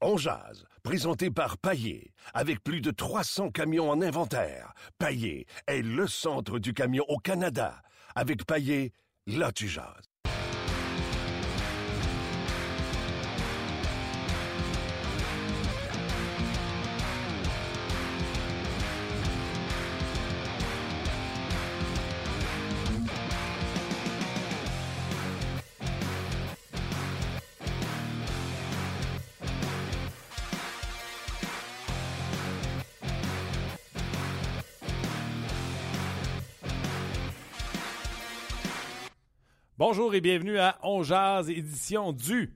On jase, présenté par Paillé, avec plus de 300 camions en inventaire. Paillé est le centre du camion au Canada. Avec Paillé, là tu jases. Bonjour et bienvenue à On Jase, édition du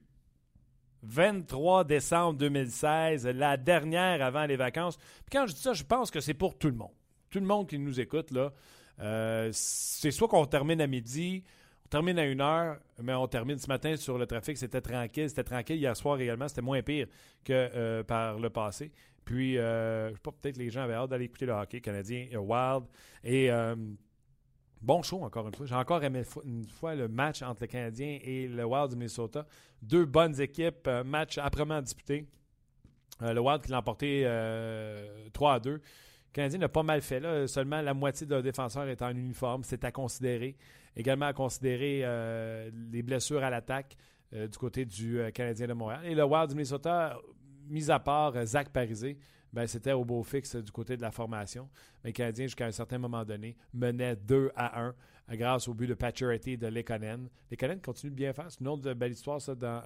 23 décembre 2016, la dernière avant les vacances. Puis quand je dis ça, je pense que c'est pour tout le monde. Tout le monde qui nous écoute, là, c'est soit qu'on termine à midi, on termine à 1h, mais on termine ce matin sur le trafic, c'était tranquille. C'était tranquille hier soir également, c'était moins pire que par le passé. Puis, je sais pas, peut-être les gens avaient hâte d'aller écouter le hockey canadien, Wild. Et bon show, encore une fois. J'ai encore aimé une fois le match entre le Canadien et le Wild du Minnesota. Deux bonnes équipes, match âprement disputé. Le Wild qui l'a emporté 3-2. Le Canadien l'a pas mal fait. Là. Seulement la moitié de leurs défenseurs est en uniforme. C'est à considérer. Également à considérer les blessures à l'attaque du côté du Canadien de Montréal. Et le Wild du Minnesota, mis à part Zach Parisé, ben, c'était au beau fixe du côté de la formation. Mais le Canadien, jusqu'à un certain moment donné, menait 2-1 grâce au but de Pacioretty et de Lekonen. Lekonen continue de bien faire. C'est une autre belle histoire, ça, dans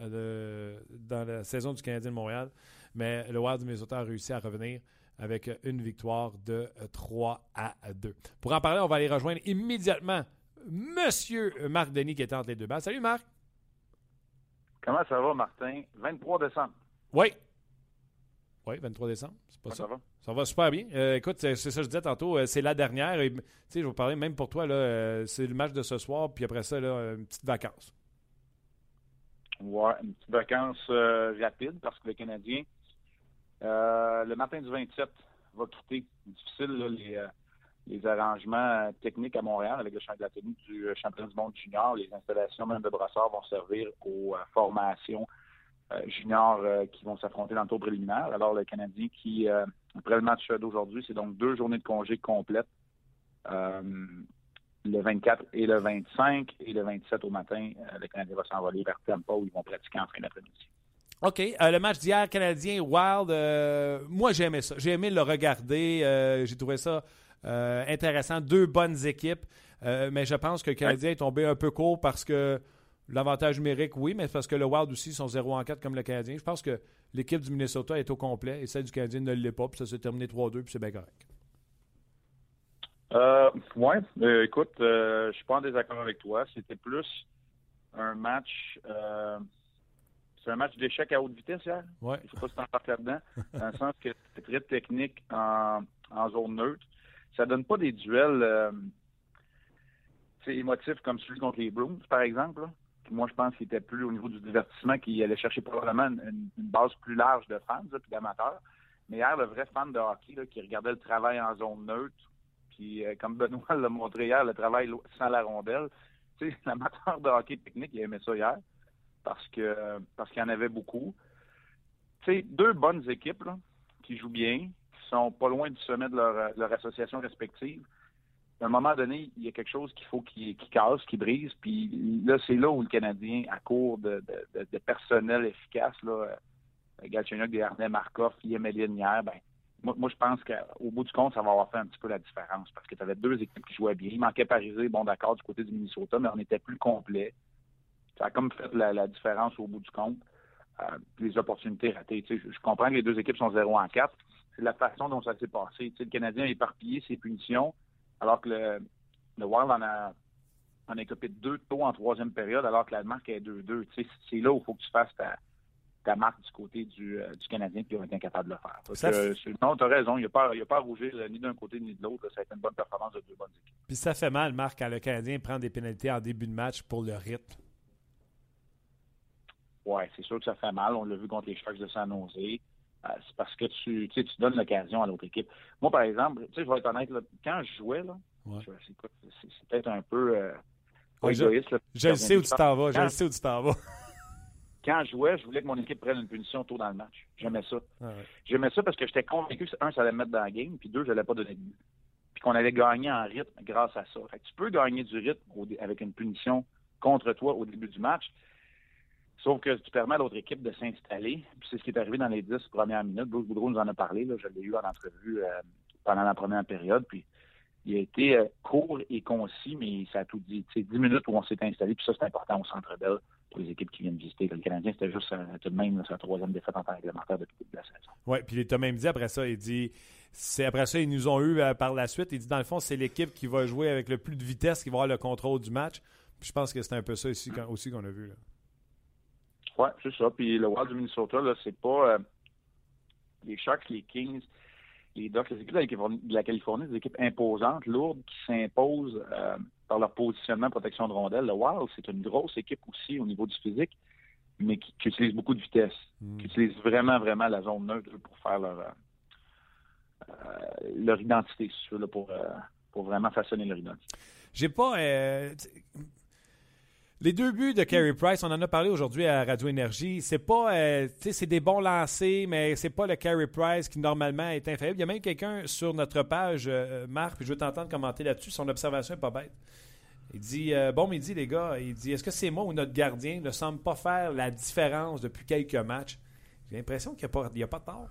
la saison du Canadien de Montréal. Mais le Wild du Minnesota a réussi à revenir avec une victoire de 3-2. Pour en parler, on va aller rejoindre immédiatement Monsieur Marc Denis qui est entre les deux bancs. Salut, Marc! Comment ça va, Martin? 23 décembre. Oui. Oui, 23 décembre, c'est pas ça. Ça va? Ça va super bien. Écoute, c'est ça que je disais tantôt, c'est la dernière. Tu sais, je vais vous parler même pour toi, là, c'est le match de ce soir, puis après ça, là, une petite vacance. Ouais, une petite vacance rapide parce que le Canadien, le matin du 27, va quitter. Difficile, là, les arrangements techniques à Montréal avec le champ de la tenue du championnat du monde junior. Les installations même de brassard vont servir aux formations juniors qui vont s'affronter dans le tour préliminaire. Alors, le Canadien qui, après le match d'aujourd'hui, c'est donc 2 journées de congé complètes, le 24 et le 25, et le 27 au matin, le Canadien va s'envoler vers Tampa où ils vont pratiquer en fin d'après-midi. OK. Le match d'hier, Canadien-Wild, moi, j'ai aimé ça. J'ai aimé le regarder. J'ai trouvé ça intéressant. 2 bonnes équipes. Mais je pense que le Canadien est tombé un peu court parce que l'avantage numérique, oui, mais c'est parce que le Wild aussi sont 0-4 comme le Canadien. Je pense que l'équipe du Minnesota est au complet et celle du Canadien ne l'est pas. Puis ça s'est terminé 3-2, puis c'est bien correct. Oui. Écoute, je suis pas en désaccord avec toi. C'était plus un match... c'est un match d'échecs à haute vitesse hier. Ouais. Je ne sais pas si tu en parles là-dedans. Dans le sens que c'est très technique en zone neutre. Ça donne pas des duels émotifs comme celui contre les Bruins, par exemple. Là. Moi, je pense qu'il était plus au niveau du divertissement, qu'il allait chercher probablement une base plus large de fans et d'amateurs. Mais hier, le vrai fan de hockey là, qui regardait le travail en zone neutre, puis comme Benoît l'a montré hier, le travail sans la rondelle, tu sais, l'amateur de hockey technique, il aimait ça hier parce qu'il y en avait beaucoup. Tu sais, 2 bonnes équipes là, qui jouent bien, qui sont pas loin du sommet de leur association respective. À un moment donné, il y a quelque chose qu'il faut qui casse, qui brise. Puis là, c'est là où le Canadien, à court de personnel efficace, là, Galchenyuk, Desharnais, Markov, Yemelin hier, ben, moi, je pense qu'au bout du compte, ça va avoir fait un petit peu la différence parce que tu avais 2 équipes qui jouaient bien. Il manquait Parisé, bon, d'accord, du côté du Minnesota, mais on était plus complet. Ça a comme fait la différence au bout du compte. Les opportunités ratées. Tu sais, je comprends que les 2 équipes sont 0-4. C'est la façon dont ça s'est passé. Tu sais, le Canadien a éparpillé ses punitions, alors que le Wild en a écopé 2 tôt en 3e période, alors que la marque est 2-2. Tu sais, c'est là où il faut que tu fasses ta marque du côté du Canadien, puis ils ont été incapables de le faire. Non, tu as raison, il n'y a pas à rougir ni d'un côté ni de l'autre. Ça a été une bonne performance de 2 bonnes équipes. Puis ça fait mal, Marc, quand le Canadien prend des pénalités en début de match pour le rythme. Oui, c'est sûr que ça fait mal. On l'a vu contre les Sharks de San Jose. C'est parce que tu donnes l'occasion à l'autre équipe. Moi, par exemple, je vais être honnête, là, quand je jouais, là, ouais. c'est peut-être un peu égoïste. Je sais où tu t'en vas. Je sais où tu t'en vas. quand je jouais, je voulais que mon équipe prenne une punition tôt dans le match. J'aimais ça. Ah ouais. J'aimais ça parce que j'étais convaincu que, un, ça allait me mettre dans la game, puis deux, je n'allais pas donner de but. Puis qu'on allait gagner en rythme grâce à ça. Fait que tu peux gagner du rythme avec une punition contre toi au début du match, sauf que tu permets à l'autre équipe de s'installer. Puis c'est ce qui est arrivé dans les 10 premières minutes. Bruce Boudreau nous en a parlé. Là, je l'ai eu en entrevue pendant la première période. Puis il a été court et concis, mais ça a tout dit. C'est 10 minutes où on s'est installé, puis ça, c'est important au Centre Bell pour les équipes qui viennent visiter. Le Canadien, c'était juste tout de même sa troisième défaite en temps réglementaire depuis le début de la saison. Oui, puis il t'a même dit après ça, il dit, après ça, ils nous ont eu par la suite, il dit, dans le fond, c'est l'équipe qui va jouer avec le plus de vitesse, qui va avoir le contrôle du match. Puis je pense que c'est un peu ça ici, aussi qu'on a vu. Oui, c'est ça. Puis le Wild du Minnesota, là, c'est pas les Sharks, les Kings, les Ducks, les équipes de la Californie, des équipes imposantes, lourdes, qui s'imposent par leur positionnement protection de rondelles. Le Wild, c'est une grosse équipe aussi au niveau du physique, mais qui utilise beaucoup de vitesse, qui utilise vraiment, vraiment la zone neutre pour faire leur identité, si tu veux, là, pour vraiment façonner leur identité. J'ai pas... Les 2 buts de Carey Price, on en a parlé aujourd'hui à Radio Énergie. C'est pas, c'est des bons lancers, mais c'est pas le Carey Price qui normalement est infaillible. Il y a même quelqu'un sur notre page, Marc, puis je veux t'entendre commenter là-dessus. Son observation n'est pas bête. Il dit, bon midi les gars. Il dit, est-ce que c'est moi ou notre gardien ne semble pas faire la différence depuis quelques matchs? J'ai l'impression qu'il n'y a pas de tort.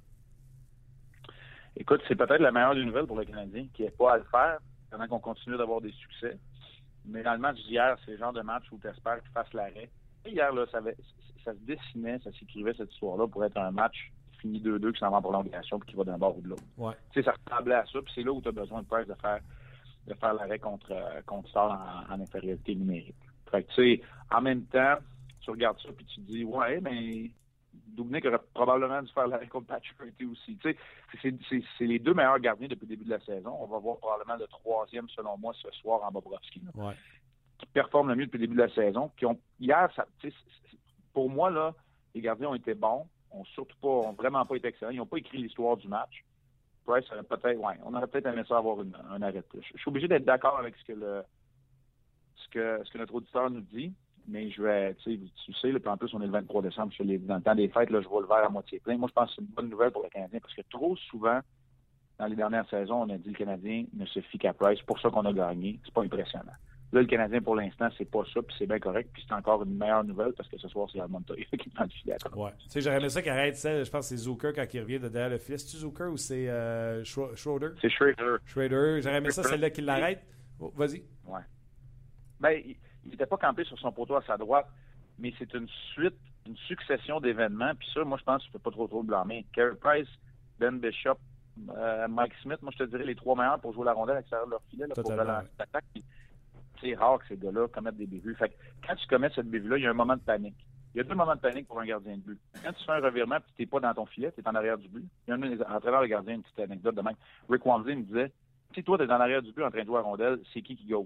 Écoute, c'est peut-être la meilleure des nouvelles pour le Canadien, qui n'est pas à le faire pendant qu'on continue d'avoir des succès. Mais dans le match d'hier, c'est le genre de match où tu espères qu'il fasse l'arrêt. Et hier, là, ça se dessinait, ça s'écrivait cette histoire-là pour être un match fini 2-2 qui s'en va en prolongation puis qui va d'un bord ou de l'autre. Ouais. Tu sais, ça ressemblait à ça, puis c'est là où tu as besoin de Price de faire l'arrêt contre Star en infériorité numérique. Fait que, tu sais, en même temps, tu regardes ça puis tu te dis, ouais, mais Dubnyk aurait probablement dû faire l'arrêt contre Pacioretty aussi. Tu sais, c'est les 2 meilleurs gardiens depuis le début de la saison. On va voir probablement le 3e, selon moi, ce soir en Bobrovsky. Ouais. Qui performent le mieux depuis le début de la saison. Hier, pour moi, là, les gardiens ont été bons. Ont vraiment pas été excellents. Ils n'ont pas écrit l'histoire du match. Price aurait peut-être, on aurait peut-être aimé ça avoir un arrêt de plus. Je suis obligé d'être d'accord avec ce que notre auditeur nous dit. Mais tu sais, là, puis en plus, on est le 23 décembre, je l'ai dit, dans le temps des fêtes, là, je vois le verre à moitié plein. Moi, je pense que c'est une bonne nouvelle pour le Canadien parce que trop souvent, dans les dernières saisons, on a dit que le Canadien ne se fie qu'à Price. C'est pour ça qu'on a gagné. C'est pas impressionnant. Là, le Canadien, pour l'instant, c'est pas ça, puis c'est bien correct, puis c'est encore une meilleure nouvelle parce que ce soir, c'est Montoya qui est dans le filet. Ouais. Tu sais, j'aurais aimé ça qu'il arrête ça. Je pense que c'est Zucker quand il revient de derrière le filet. C'est-tu Zucker ou c'est Schroeder? C'est Schroeder. J'aurais aimé ça, celle-là qui l'arrête. Oh, vas-y. Ouais. Ben, il n'était pas campé sur son poteau à sa droite, mais c'est une succession d'événements. Puis ça, moi, je pense que tu ne peux pas trop le blâmer. Carey Price, Ben Bishop, Mike Smith, moi, je te dirais les 3 meilleurs pour jouer la rondelle à l'extérieur de leur filet, là, pour l'attaque. C'est rare que ces gars-là commettent des bévues. Fait que quand tu commets cette bévue-là, il y a un moment de panique. Il y a 2 moments de panique pour un gardien de but. Quand tu fais un revirement et tu n'es pas dans ton filet, tu es en arrière du but. Il y a à travers le gardien, une petite anecdote de même. Rick Wamsley me disait, si toi, tu es dans l'arrière du but en train de jouer à rondelle, c'est qui goal?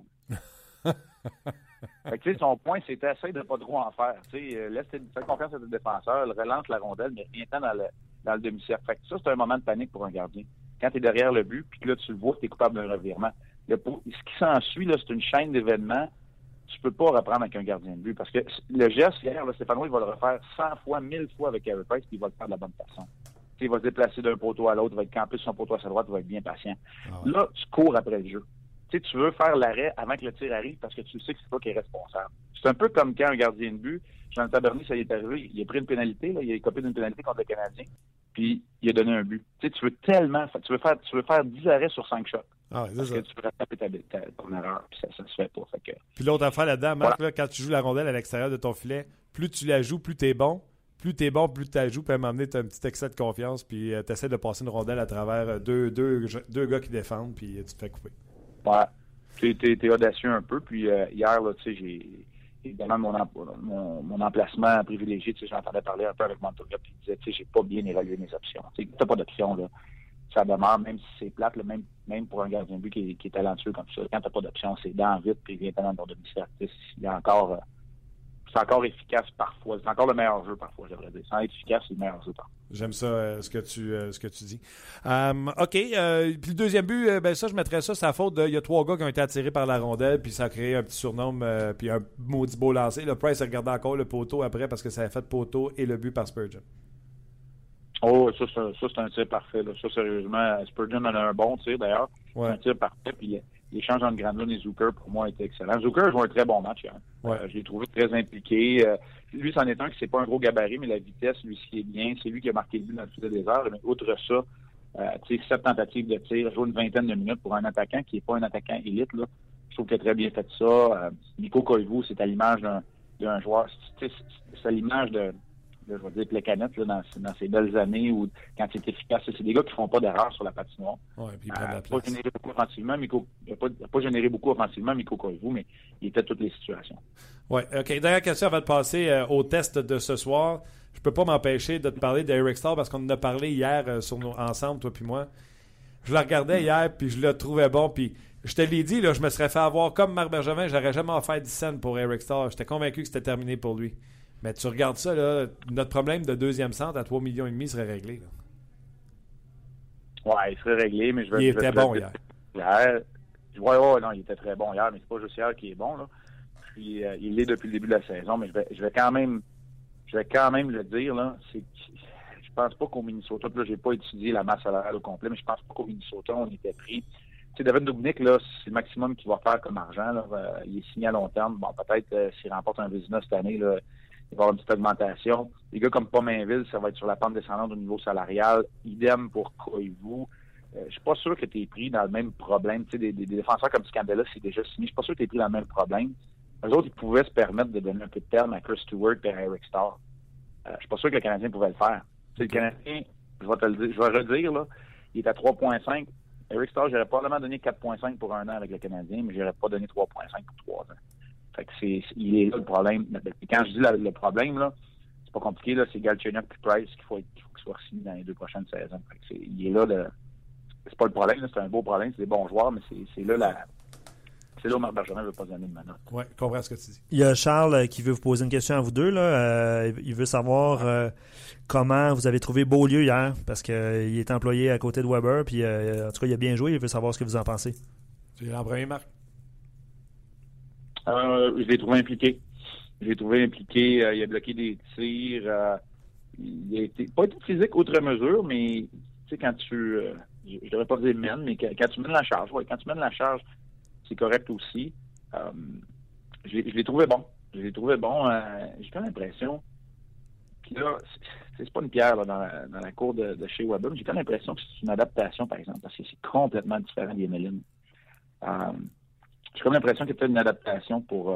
Fait que, son point, c'était essayer de ne pas trop en faire. Fais confiance à tes défenseurs, relance la rondelle, mais rien tant dans le demi-cercle. Fait que ça, c'est un moment de panique pour un gardien. Quand tu es derrière le but, puis que là, tu le vois, tu es coupable d'un revirement. Ce qui s'ensuit, là, c'est une chaîne d'événements. Tu peux pas reprendre avec un gardien de but. Parce que le geste, hier, là, Stéphano, il va le refaire 100 fois, 1000 fois avec Carey Price, puis il va le faire de la bonne façon. Il va se déplacer d'un poteau à l'autre, il va être campé sur son poteau à sa droite, il va être bien patient. Ah ouais. Là, tu cours après le jeu. Tu veux faire l'arrêt avant que le tir arrive parce que tu sais que c'est toi qui es responsable. C'est un peu comme quand un gardien de but, Jonathan Bernier, ça y est arrivé, il a pris une pénalité, là, il a copié d'une pénalité contre le Canadien, puis il a donné un but. Tu veux faire 10 arrêts sur 5 shots. Ah, parce que tu veux rattraper ton erreur, puis ça se fait pas. Fait que... Puis l'autre affaire là-dedans, Marc, là, quand tu joues la rondelle à l'extérieur de ton filet, plus tu la joues, plus t'es bon. Plus t'es bon, plus tu la joues, puis à un moment donné, tu as un petit excès de confiance, puis tu essaies de passer une rondelle à travers deux gars qui défendent, puis tu te fais couper. Ouais. T'es audacieux un peu. Puis hier, là, tu sais, j'ai évidemment mon emplacement privilégié. Tu sais, j'entendais parler un peu avec Montoya, puis il disait, tu sais, j'ai pas bien évalué mes options. Tu sais, t'as pas d'option, là. Ça demeure, même si c'est plate, là, même pour un gardien de but qui est talentueux comme ça. Quand t'as pas d'option, c'est dans vite, puis viens dans ton demi-cercle. Il y a encore c'est encore efficace parfois. C'est encore le meilleur jeu parfois, j'aimerais dire. Sans être efficace, c'est le meilleur jeu parfois. J'aime ça, ce que tu dis. OK. Puis le deuxième but, ça, je mettrais ça, c'est la faute de... Il y a 3 gars qui ont été attirés par la rondelle, puis ça a créé un petit surnom, puis un maudit beau lancé. Le Price a regardé encore le poteau après parce que ça a fait poteau et le but par Spurgeon. Oh, ça c'est un tir parfait. Là. Ça, sérieusement, Spurgeon en a un bon tir, d'ailleurs. Ouais. Un tir parfait, puis l'échange entre Granlund et Zucker, pour moi, était excellent. Zucker joue un très bon match hier. Ouais. Je l'ai trouvé très impliqué. Lui, c'en est un qui c'est pas un gros gabarit, mais la vitesse, lui, ce qui est bien, c'est lui qui a marqué le but dans le filet des heures. Mais outre ça, 7 tentatives de tir, jouer une vingtaine de minutes pour un attaquant qui n'est pas un attaquant élite. Là. Je trouve qu'il a très bien fait ça. Mikko Koivu, c'est à l'image d'un joueur. C'est à l'image de je vais dire Plekanec dans ces belles années où quand il est efficace, c'est des gars qui font pas d'erreurs sur la patinoire. Ouais, puis il prend de la Pas place. généré beaucoup offensivement, pas généré beaucoup offensivement, Mikko Koivu, mais il était toutes les situations. Oui, OK. Dernière question avant de passer au test de ce soir. Je peux pas m'empêcher de te parler d'Eric Staal parce qu'on en a parlé hier ensemble, toi puis moi. Je le regardais hier, puis je le trouvais bon, puis je te l'ai dit, là, je me serais fait avoir comme Marc Bergevin, j'aurais jamais offert 10 cents pour Eric Staal. J'étais convaincu que c'était terminé pour lui. Mais tu regardes ça, là, notre problème de deuxième centre à 3,5 millions serait réglé. Là. Ouais, il serait réglé, mais il était bon hier. Non, il était très bon hier, mais c'est pas juste hier qu'il est bon. Là. Puis il l'est depuis le début de la saison, mais je vais quand même le dire, là, c'est que je pense pas qu'au Minnesota, puis là, j'ai pas étudié la masse salariale au complet, mais je pense pas qu'au Minnesota, on était pris. Tu sais, David Dubnyk, là, c'est le maximum qu'il va faire comme argent. Là. Il est signé à long terme. Bon, peut-être s'il remporte un Vézina cette année, là, il va y avoir une petite augmentation. Les gars comme Pominville, ça va être sur la pente descendante au niveau salarial. Idem pour Koivu. Je suis pas sûr que tu es pris dans le même problème. Tu sais, des défenseurs comme Scandella, c'est déjà signé. Je suis pas sûr que tu es pris dans le même problème. Eux autres, ils pouvaient se permettre de donner un peu de terme à Chris Stewart et à Eric Staal. Je suis pas sûr que le Canadien pouvait le faire. Tu sais, le Canadien, je vais te le dire, je vais redire, là, il est à 3,5. Eric Staal, j'aurais probablement donné 4,5 pour un an avec le Canadien, mais j'aurais pas donné 3,5 pour 3 ans. Fait que il est là le problème. Et quand je dis le problème, là, c'est pas compliqué, là, c'est Galchenyuk et Price qu'il faut qu'il soit signé dans les 2 prochaines saisons. Fait que il est là c'est pas le problème, là, c'est un beau problème, c'est des bons joueurs, mais c'est là où Marc Bergevin ne veut pas donner de manœuvre. Oui, je comprends ce que tu dis. Il y a Charles qui veut vous poser une question à vous deux. Là. Il veut savoir comment vous avez trouvé Beaulieu hier, parce qu'il est employé à côté de Weber, puis en tout cas, il a bien joué. Il veut savoir ce que vous en pensez. Tu l'as en premier, Marc? Je l'ai trouvé impliqué. Il a bloqué des tirs. Il a été pas été physique outre mesure, mais tu sais, quand tu... je devrais pas dire mène, mais quand tu mènes la charge, quand tu mènes la charge, c'est correct aussi. Je l'ai trouvé bon. J'ai quand même l'impression... Puis là, c'est pas une pierre là, dans la cour de chez Weber, mais j'ai quand même l'impression que c'est une adaptation, par exemple, parce que c'est complètement différent d'Emeline. J'ai comme l'impression qu'il y a peut-être une adaptation pour...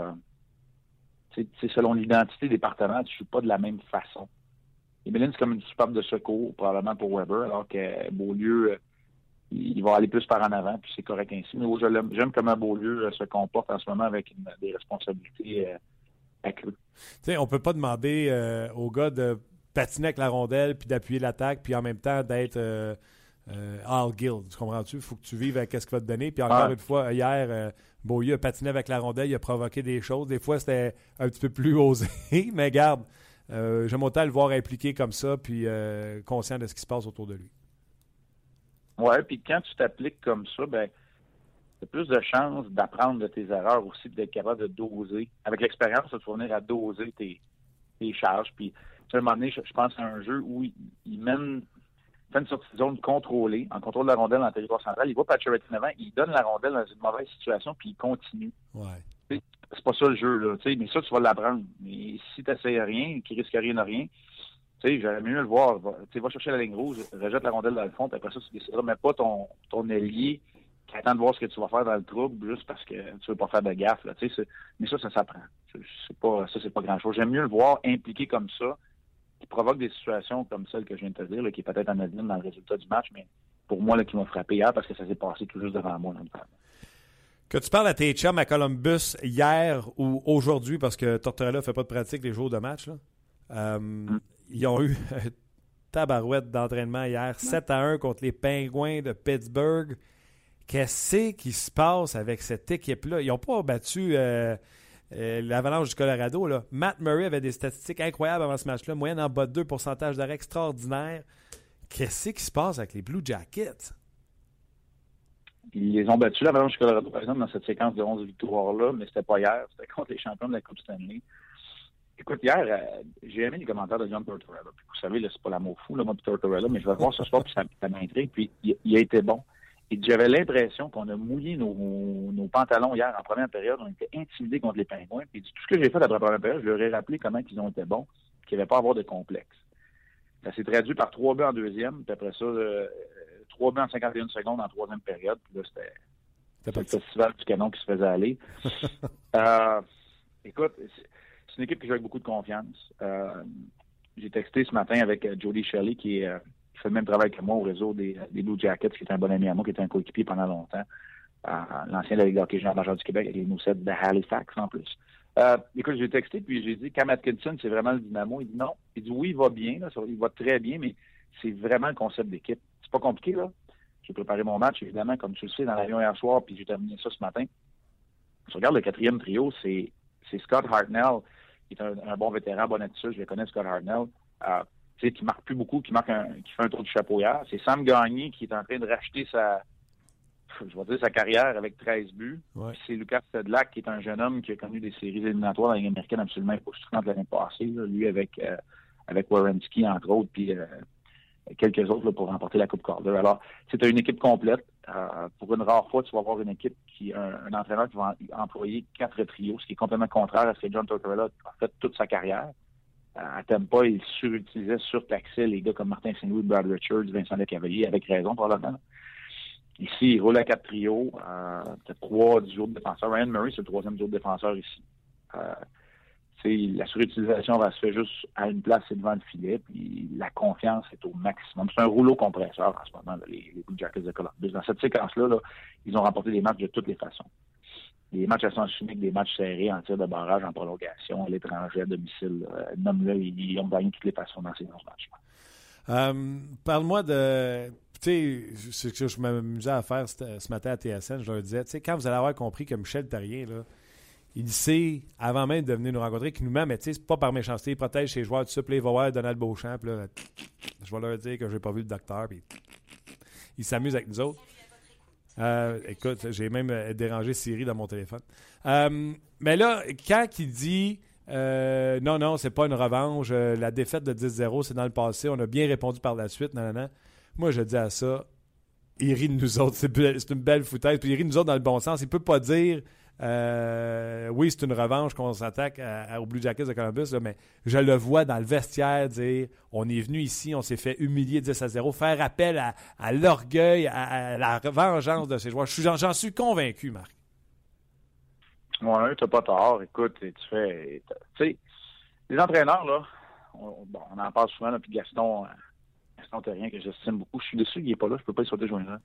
selon l'identité des partenaires, tu ne joues pas de la même façon. Emeline, c'est comme une soupape de secours, probablement pour Weber, alors que Beaulieu, il va aller plus par en avant, puis c'est correct ainsi. Mais j'aime comment Beaulieu se comporte en ce moment avec des responsabilités accrues. Tu sais, on peut pas demander au gars de patiner avec la rondelle, puis d'appuyer l'attaque, puis en même temps d'être... All Guild, tu comprends-tu? Il faut que tu vives avec ce qu'il va te donner. Puis encore une fois, hier, Beaulieu a patiné avec la rondelle, il a provoqué des choses. Des fois, c'était un petit peu plus osé, mais garde, j'aime autant le voir impliqué comme ça, puis conscient de ce qui se passe autour de lui. Oui, puis quand tu t'appliques comme ça, ben, tu as plus de chances d'apprendre de tes erreurs aussi, d'être capable de doser. Avec l'expérience, ça te va venir à doser tes charges. Puis, à un moment donné, je pense à un jeu où il mène... fait une sortie de zone contrôlée, en contrôle de la rondelle dans le territoire central. Il va Pacioretty avant, il donne la rondelle dans une mauvaise situation, puis il continue. Ouais. C'est pas ça le jeu, là. Mais ça, tu vas l'apprendre. Mais si tu n'essayes rien, qui risque rien de rien, j'aurais mieux le voir. Va chercher la ligne rouge, rejette la rondelle dans le fond, puis après ça, tu décideras, mais pas ton allié qui attend de voir ce que tu vas faire dans le trouble juste parce que tu veux pas faire de gaffe. Là. Mais ça s'apprend. C'est pas grand-chose. J'aime mieux le voir impliqué comme ça, qui provoque des situations comme celle que je viens de te dire, là, qui est peut-être anodine dans le résultat du match, mais pour moi, là, qui m'a frappé hier parce que ça s'est passé tout juste devant moi. Que tu parles à tes chums à Columbus hier ou aujourd'hui, parce que Tortorella ne fait pas de pratique les jours de match, là. Ils ont eu tabarouette d'entraînement hier, 7-1 contre les Pingouins de Pittsburgh. Qu'est-ce qui se passe avec cette équipe-là? Ils n'ont pas battu l'Avalanche du Colorado, là, Matt Murray avait des statistiques incroyables avant ce match-là, moyenne en bas de 2, pourcentage d'arrêt extraordinaire. Qu'est-ce qui se passe avec les Blue Jackets? Ils les ont battus, l'Avalanche du Colorado, par exemple, dans cette séquence de 11 victoires-là, mais c'était pas hier, c'était contre les champions de la Coupe Stanley. Écoute, hier, j'ai aimé les commentaires de John Tortorella. Puis, vous savez, là, c'est pas l'amour fou, là, moi, de Tortorella, mais je vais le voir ce soir, puis ça m'intrigue. Puis, il a été bon. Et j'avais l'impression qu'on a mouillé nos pantalons hier en première période. On était intimidés contre les Pingouins. Puis, tout ce que j'ai fait après la première période, je leur ai rappelé comment ils ont été bons, qu'il n'y avait pas à avoir de complexe. Ça s'est traduit par 3 buts en deuxième, puis après ça, 3 buts en 51 secondes en troisième période. Puis là, c'était le festival du canon qui se faisait aller. Écoute, c'est une équipe qui joue avec beaucoup de confiance. J'ai texté ce matin avec Jody Shelley, qui fait le même travail que moi au réseau des Blue Jackets, qui est un bon ami à moi, qui était un coéquipier pendant longtemps. L'ancien de la Ligue de hockey junior major du Québec, avec les Moussets de Halifax en plus. Écoute, j'ai texté, puis j'ai dit, Cam Atkinson, c'est vraiment le dynamo. Il dit non. Il dit oui, il va bien, là, il va très bien, mais c'est vraiment le concept d'équipe. C'est pas compliqué, là. J'ai préparé mon match, évidemment, comme tu le sais, dans l'avion hier soir, puis j'ai terminé ça ce matin. Si tu regardes le quatrième trio, c'est Scott Hartnell, qui est un bon vétéran, bon attitude, je le connais, Scott Hartnell, qui marque plus beaucoup, qui fait un tour du chapeau hier. C'est Sam Gagné qui est en train de racheter sa carrière avec 13 buts. Ouais. C'est Lucas Sedlak, qui est un jeune homme qui a connu des séries éliminatoires dans la Ligue américaine absolument époustouflantes l'année passée, là, lui avec Werenski, entre autres, puis quelques autres là, pour remporter la Coupe Calder. Alors, c'est une équipe complète. Pour une rare fois, tu vas avoir une équipe un entraîneur qui va employer 4 trios, ce qui est complètement contraire à ce que John Tortorella a fait toute sa carrière. À Tampa, il surtaxait les gars comme Martin Saint-Louis, Brad Richards, Vincent Lecavalier, avec raison probablement. Ici, il roule à 4 trios. Peut-être 3 duos de défenseurs. Ryan Murray, c'est le 3e duo de défenseur ici. La surutilisation va se faire juste à une place, c'est devant le filet, puis la confiance est au maximum. C'est un rouleau compresseur en ce moment, là, les Blue Jackets de Columbus. Dans cette séquence-là, ils ont remporté des matchs de toutes les façons. Des matchs à sens unique, des matchs serrés en tir de barrage, en prolongation, à l'étranger, à domicile. Nomme-là, ils ont gagné toutes les façons dans ces 11 matchs. Parle-moi de... Tu sais, c'est ce que je m'amusais à faire ce matin à TSN. Je leur disais, tu sais, quand vous allez avoir compris que Michel Therrien, là, il sait, avant même de venir nous rencontrer, qu'il nous met, mais tu sais, c'est pas par méchanceté, il protège ses joueurs, tout ça, puis là, il va voir Donald Beauchamp, puis là, je vais leur dire que j'ai pas vu le docteur, puis il s'amuse avec nous autres. Écoute, j'ai même dérangé Siri dans mon téléphone. Mais là, quand il dit non, c'est pas une revanche, la défaite de 10-0, c'est dans le passé, on a bien répondu par la suite, non. Moi, je dis à ça, il rit de nous autres, c'est une belle foutaise, puis il rit de nous autres dans le bon sens. Il peut pas dire oui, c'est une revanche qu'on s'attaque aux Blue Jackets de Columbus, là, mais je le vois dans le vestiaire dire on est venu ici, on s'est fait humilier 10-0, faire appel à l'orgueil, à la vengeance de ces joueurs. J'en suis convaincu, Marc. Oui, t'as pas tort. Écoute, tu sais, les entraîneurs, là, on en parle souvent, là, puis Gaston Therrien, que j'estime beaucoup. Je suis déçu qu'il n'est pas là, je peux pas y sauter joindre.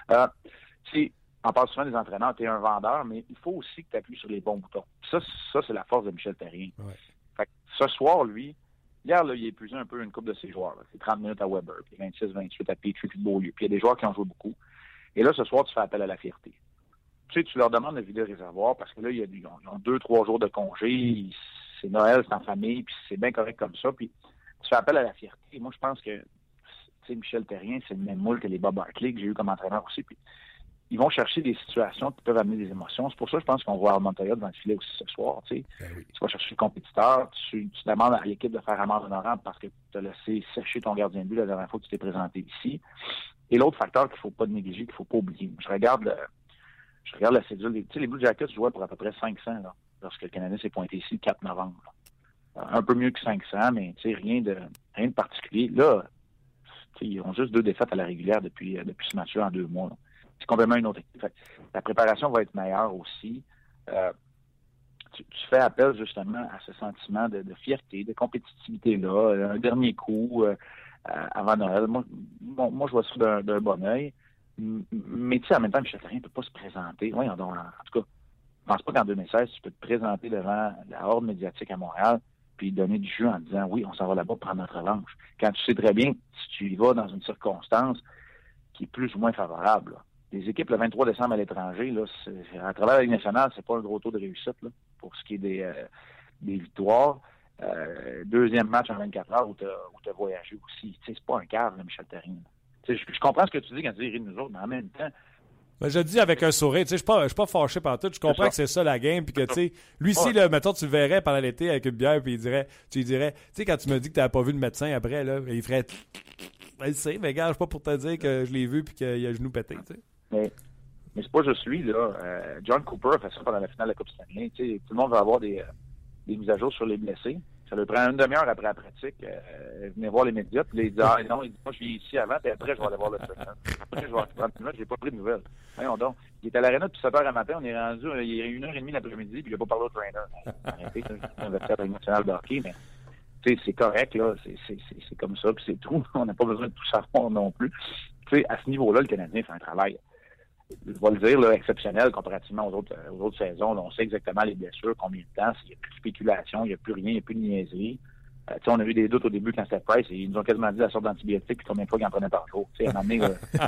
On parle souvent des entraîneurs, tu es un vendeur, mais il faut aussi que tu appuies sur les bons boutons. Ça, c'est la force de Michel Therrien. Ouais. Fait que ce soir, lui, hier, là, il a épuisé un peu une coupe de ses joueurs. Là. C'est 30 minutes à Weber, puis 26-28 à Petrie, puis Beaulieu. Puis il y a des joueurs qui ont joué beaucoup. Et là, ce soir, tu fais appel à la fierté. Tu sais, tu leur demandes de vider le réservoir parce que là, ils ont 2-3 jours de congé. C'est Noël, c'est en famille, puis c'est bien correct comme ça. Puis tu fais appel à la fierté. Moi, je pense que Michel Therrien, c'est le même moule que les Bob Hartley que j'ai eu comme entraîneur aussi. Puis ils vont chercher des situations qui peuvent amener des émotions. C'est pour ça que je pense qu'on va avoir Montoya devant le filet aussi ce soir. Tu vas chercher le compétiteur, tu demandes à l'équipe de faire amende honorable parce que tu as laissé sécher ton gardien de but la dernière fois que tu t'es présenté ici. Et l'autre facteur qu'il ne faut pas négliger, qu'il ne faut pas oublier. Je regarde la cédule. Les Blue Jackets jouaient pour à peu près 500 là, lorsque le Canadien s'est pointé ici le 4 novembre. Un peu mieux que 500, mais rien de particulier. Là, ils ont juste 2 défaites à la régulière depuis ce match-là en 2 mois. Là. C'est complètement une autre équipe. Fait, la préparation va être meilleure aussi. Tu fais appel justement à ce sentiment de fierté, de compétitivité-là, un dernier coup avant Noël. Moi, je vois ça d'un bon œil. Mais tu sais, en même temps, Michel Therrien ne peut pas se présenter. Oui, en tout cas, je pense pas qu'en 2016, tu peux te présenter devant la horde médiatique à Montréal puis donner du jeu en disant oui, on s'en va là-bas prendre notre revanche. Quand tu sais très bien si tu y vas dans une circonstance qui est plus ou moins favorable. Là. Les équipes le 23 décembre à l'étranger, là, à travers la Ligue nationale, c'est pas un gros taux de réussite. Il pour ce qui est des victoires. Deuxième match en 24 heures où tu as voyagé aussi. C'est pas un cave, là, Michel Therrien. Je comprends ce que tu dis quand tu dis rire de nous autres, mais en même temps, Ben, je le dis avec un sourire. Je suis pas fâché par tout. Je comprends que c'est ça la game. Puis que, tu sais, lui ici, là, mettons, tu le verrais pendant l'été avec une bière, puis tu lui dirais, tu sais, quand tu me dis que tu n'avais pas vu le médecin après, là, il ferait. Ben, tu sais, mais gars, je suis pas pour te dire que je l'ai vu puis qu'il a le genou pété, tu sais. Mais c'est pas juste lui, là. John Cooper a fait ça pendant la finale de la Coupe Stanley. Tu sais, tout le monde va avoir des mises à jour sur les blessés. Ça lui prend une demi-heure après la pratique. Venez voir les médias. Puis là, il dit, non, moi, je viens ici avant, puis après, je vais aller voir le traitement. Après, je vais aller prendre une minute, j'ai pas pris de nouvelles. Voyons donc. Il est à l'aréna depuis 7h à matin. On est rendu, il est 1h30 l'après-midi, puis il n'a pas parlé au trainer. Arrêtez, c'est un vestiaire national de hockey, mais c'est correct, là. C'est comme ça, puis c'est tout. On n'a pas besoin de tout savoir non plus. Tu sais, à ce niveau-là, le Canadien fait un travail, je vais le dire, là, exceptionnel comparativement aux autres saisons. Là, on sait exactement les blessures, combien de temps. Il n'y a plus de spéculation, il n'y a plus rien, il n'y a plus de niaiserie. On a eu des doutes au début quand c'était Price. Ils nous ont quasiment dit la sorte d'antibiotiques puis combien de fois qu'ils en prenaient par jour. À un moment donné,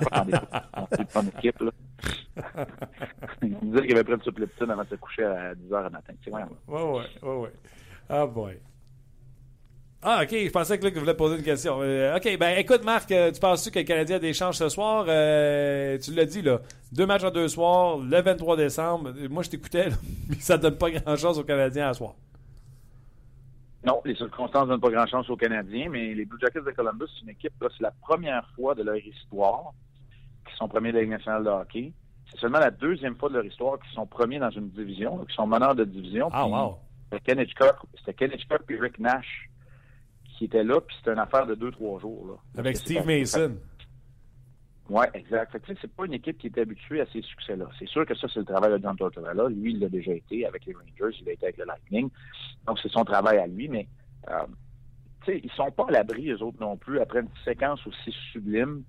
on une équipe. Là. Ils nous disaient qu'il avait pris une supplétine avant de se coucher à 10h le matin. Ouais. Ah, boy. Ah, OK. Je pensais que Luc voulait poser une question. OK. Ben, écoute, Marc, tu penses-tu que le Canadien a des chances ce soir? Tu l'as dit, là. 2 matchs en 2 soirs, le 23 décembre. Moi, je t'écoutais, là, mais ça ne donne pas grand-chose aux Canadiens à soir. Non, les circonstances ne donnent pas grand-chance aux Canadiens, mais les Blue Jackets de Columbus, c'est une équipe, là, c'est la première fois de leur histoire qu'ils sont premiers de la Ligue nationale de hockey. C'est seulement la deuxième fois de leur histoire qu'ils sont premiers dans une division, qu'ils sont meneurs de division. Ah, wow. C'était Kenny Chuck et Rick Nash qui étaient là, puis c'était une affaire de 2-3 jours. Là. Avec Steve Mason. Oui, exact. Fait que, c'est pas une équipe qui est habituée à ces succès-là. C'est sûr que ça, c'est le travail de John Tortorella. Lui, il l'a déjà été avec les Rangers, il a été avec le Lightning. Donc, c'est son travail à lui, mais ils sont pas à l'abri, eux autres non plus, après une séquence aussi sublime.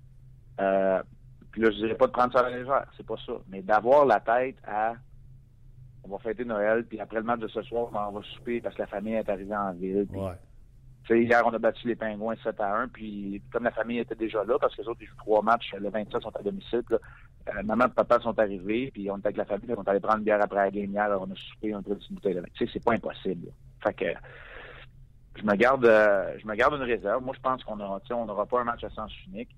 Puis là, je dirais pas de prendre ça à la légère, c'est pas ça. Mais d'avoir la tête à on va fêter Noël, puis après le match de ce soir, on va souper parce que la famille est arrivée en ville. Puis, hier, on a battu les Pingouins 7-1, puis comme la famille était déjà là, parce que les autres, ils jouent 3 matchs, le 27 sont à domicile, là, maman et papa sont arrivés, puis on était avec la famille, on est allé prendre une bière après la game hier, on a soupé, on a pris une bouteille de vin. C'est pas impossible. Là. Fait que je me garde une réserve. Moi, je pense qu'on n'aura pas un match à sens unique.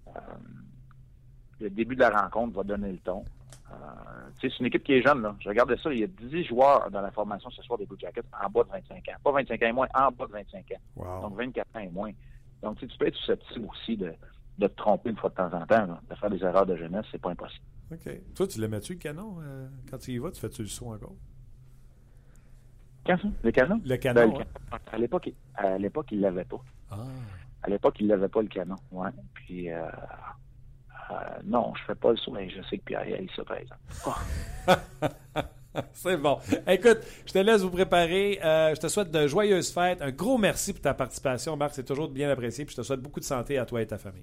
Le début de la rencontre va donner le ton. C'est une équipe qui est jeune, là. Je regardais ça, il y a 10 joueurs dans la formation ce soir des Blue Jackets en bas de 25 ans. Pas 25 ans et moins, en bas de 25 ans. Wow. Donc 24 ans et moins. Donc tu peux être susceptible aussi de te tromper une fois de temps en temps, là, de faire des erreurs de jeunesse, c'est pas impossible. OK. Toi, tu l'aimais-tu le canon? Quand tu y vas, tu fais-tu le saut encore? Quand ça? Le canon? Le canon, ben, À l'époque, il l'avait pas. Ah. À l'époque, il l'avait pas, le canon. Ouais. Puis non, je fais pas le saut, mais je sais que Pierre a ça, par exemple. C'est bon. Écoute, je te laisse vous préparer. Je te souhaite de joyeuses fêtes. Un gros merci pour ta participation, Marc. C'est toujours bien apprécié. Puis je te souhaite beaucoup de santé à toi et ta famille.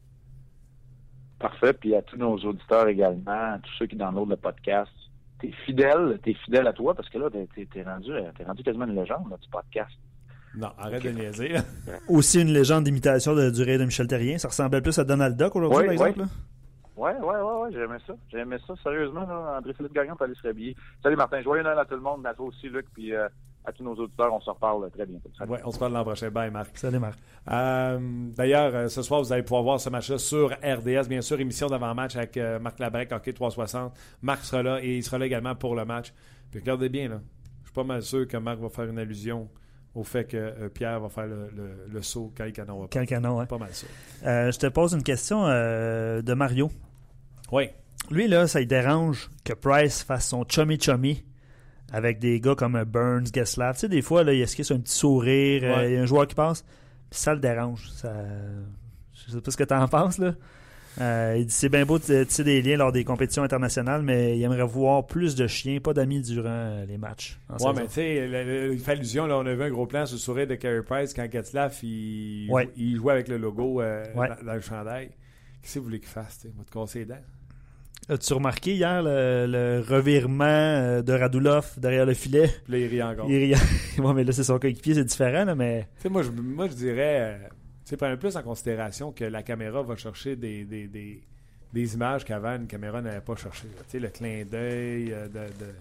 Parfait. Puis à tous nos auditeurs également, à tous ceux qui downloadent le podcast. T'es fidèle à toi parce que là, t'es rendu quasiment une légende là, du podcast. Non, arrête de niaiser. Là. Aussi une légende d'imitation de durée de Michel Therrien. Ça ressemblait plus à Donald Duck aujourd'hui, par exemple. Là. Ouais, j'aimais ça. Sérieusement, là, André-Philippe Gagnon peut aller se réhabiller. Salut Martin, joyeux Noël à tout le monde, à toi aussi Luc, puis à tous nos auditeurs, on se reparle très bientôt. Oui, on se parle l'an prochain. Bye Marc. Salut Marc. D'ailleurs, ce soir, vous allez pouvoir voir ce match-là sur RDS, bien sûr, émission d'avant-match avec Marc Labrec, Hockey 360. Marc sera là et il sera là également pour le match. Puis regardez bien, là. Je suis pas mal sûr que Marc va faire une allusion au fait que Pierre va faire le saut quand le canon va pas. Quand le canon, ouais. Pas mal sûr. Je te pose une question de Mario. Oui. Lui, là, ça lui dérange que Price fasse son chummy avec des gars comme Burns, Getzlaf. Tu sais, des fois, là, il esquisse un petit sourire, il y a un joueur qui passe, puis ça le dérange. Je sais pas ce que tu en penses, là. Il dit c'est bien beau de tisser des liens lors des compétitions internationales, mais il aimerait voir plus de chiens, pas d'amis durant les matchs. Ouais, mais tu sais, il fait allusion, là, on a vu un gros plan sur le sourire de Carey Price quand Getzlaf il jouait avec le logo dans le chandail. Qu'est-ce que vous voulez qu'il fasse? Il va te casser les dents. As-tu remarqué hier le revirement de Radulov derrière le filet? Puis là, il rit encore. Ouais, mais là, c'est son coéquipier, c'est différent, là, mais... Tu sais, moi, je dirais... Tu sais, prenez plus en considération que la caméra va chercher des images qu'avant, une caméra n'avait pas cherché. Tu sais, le clin d'œil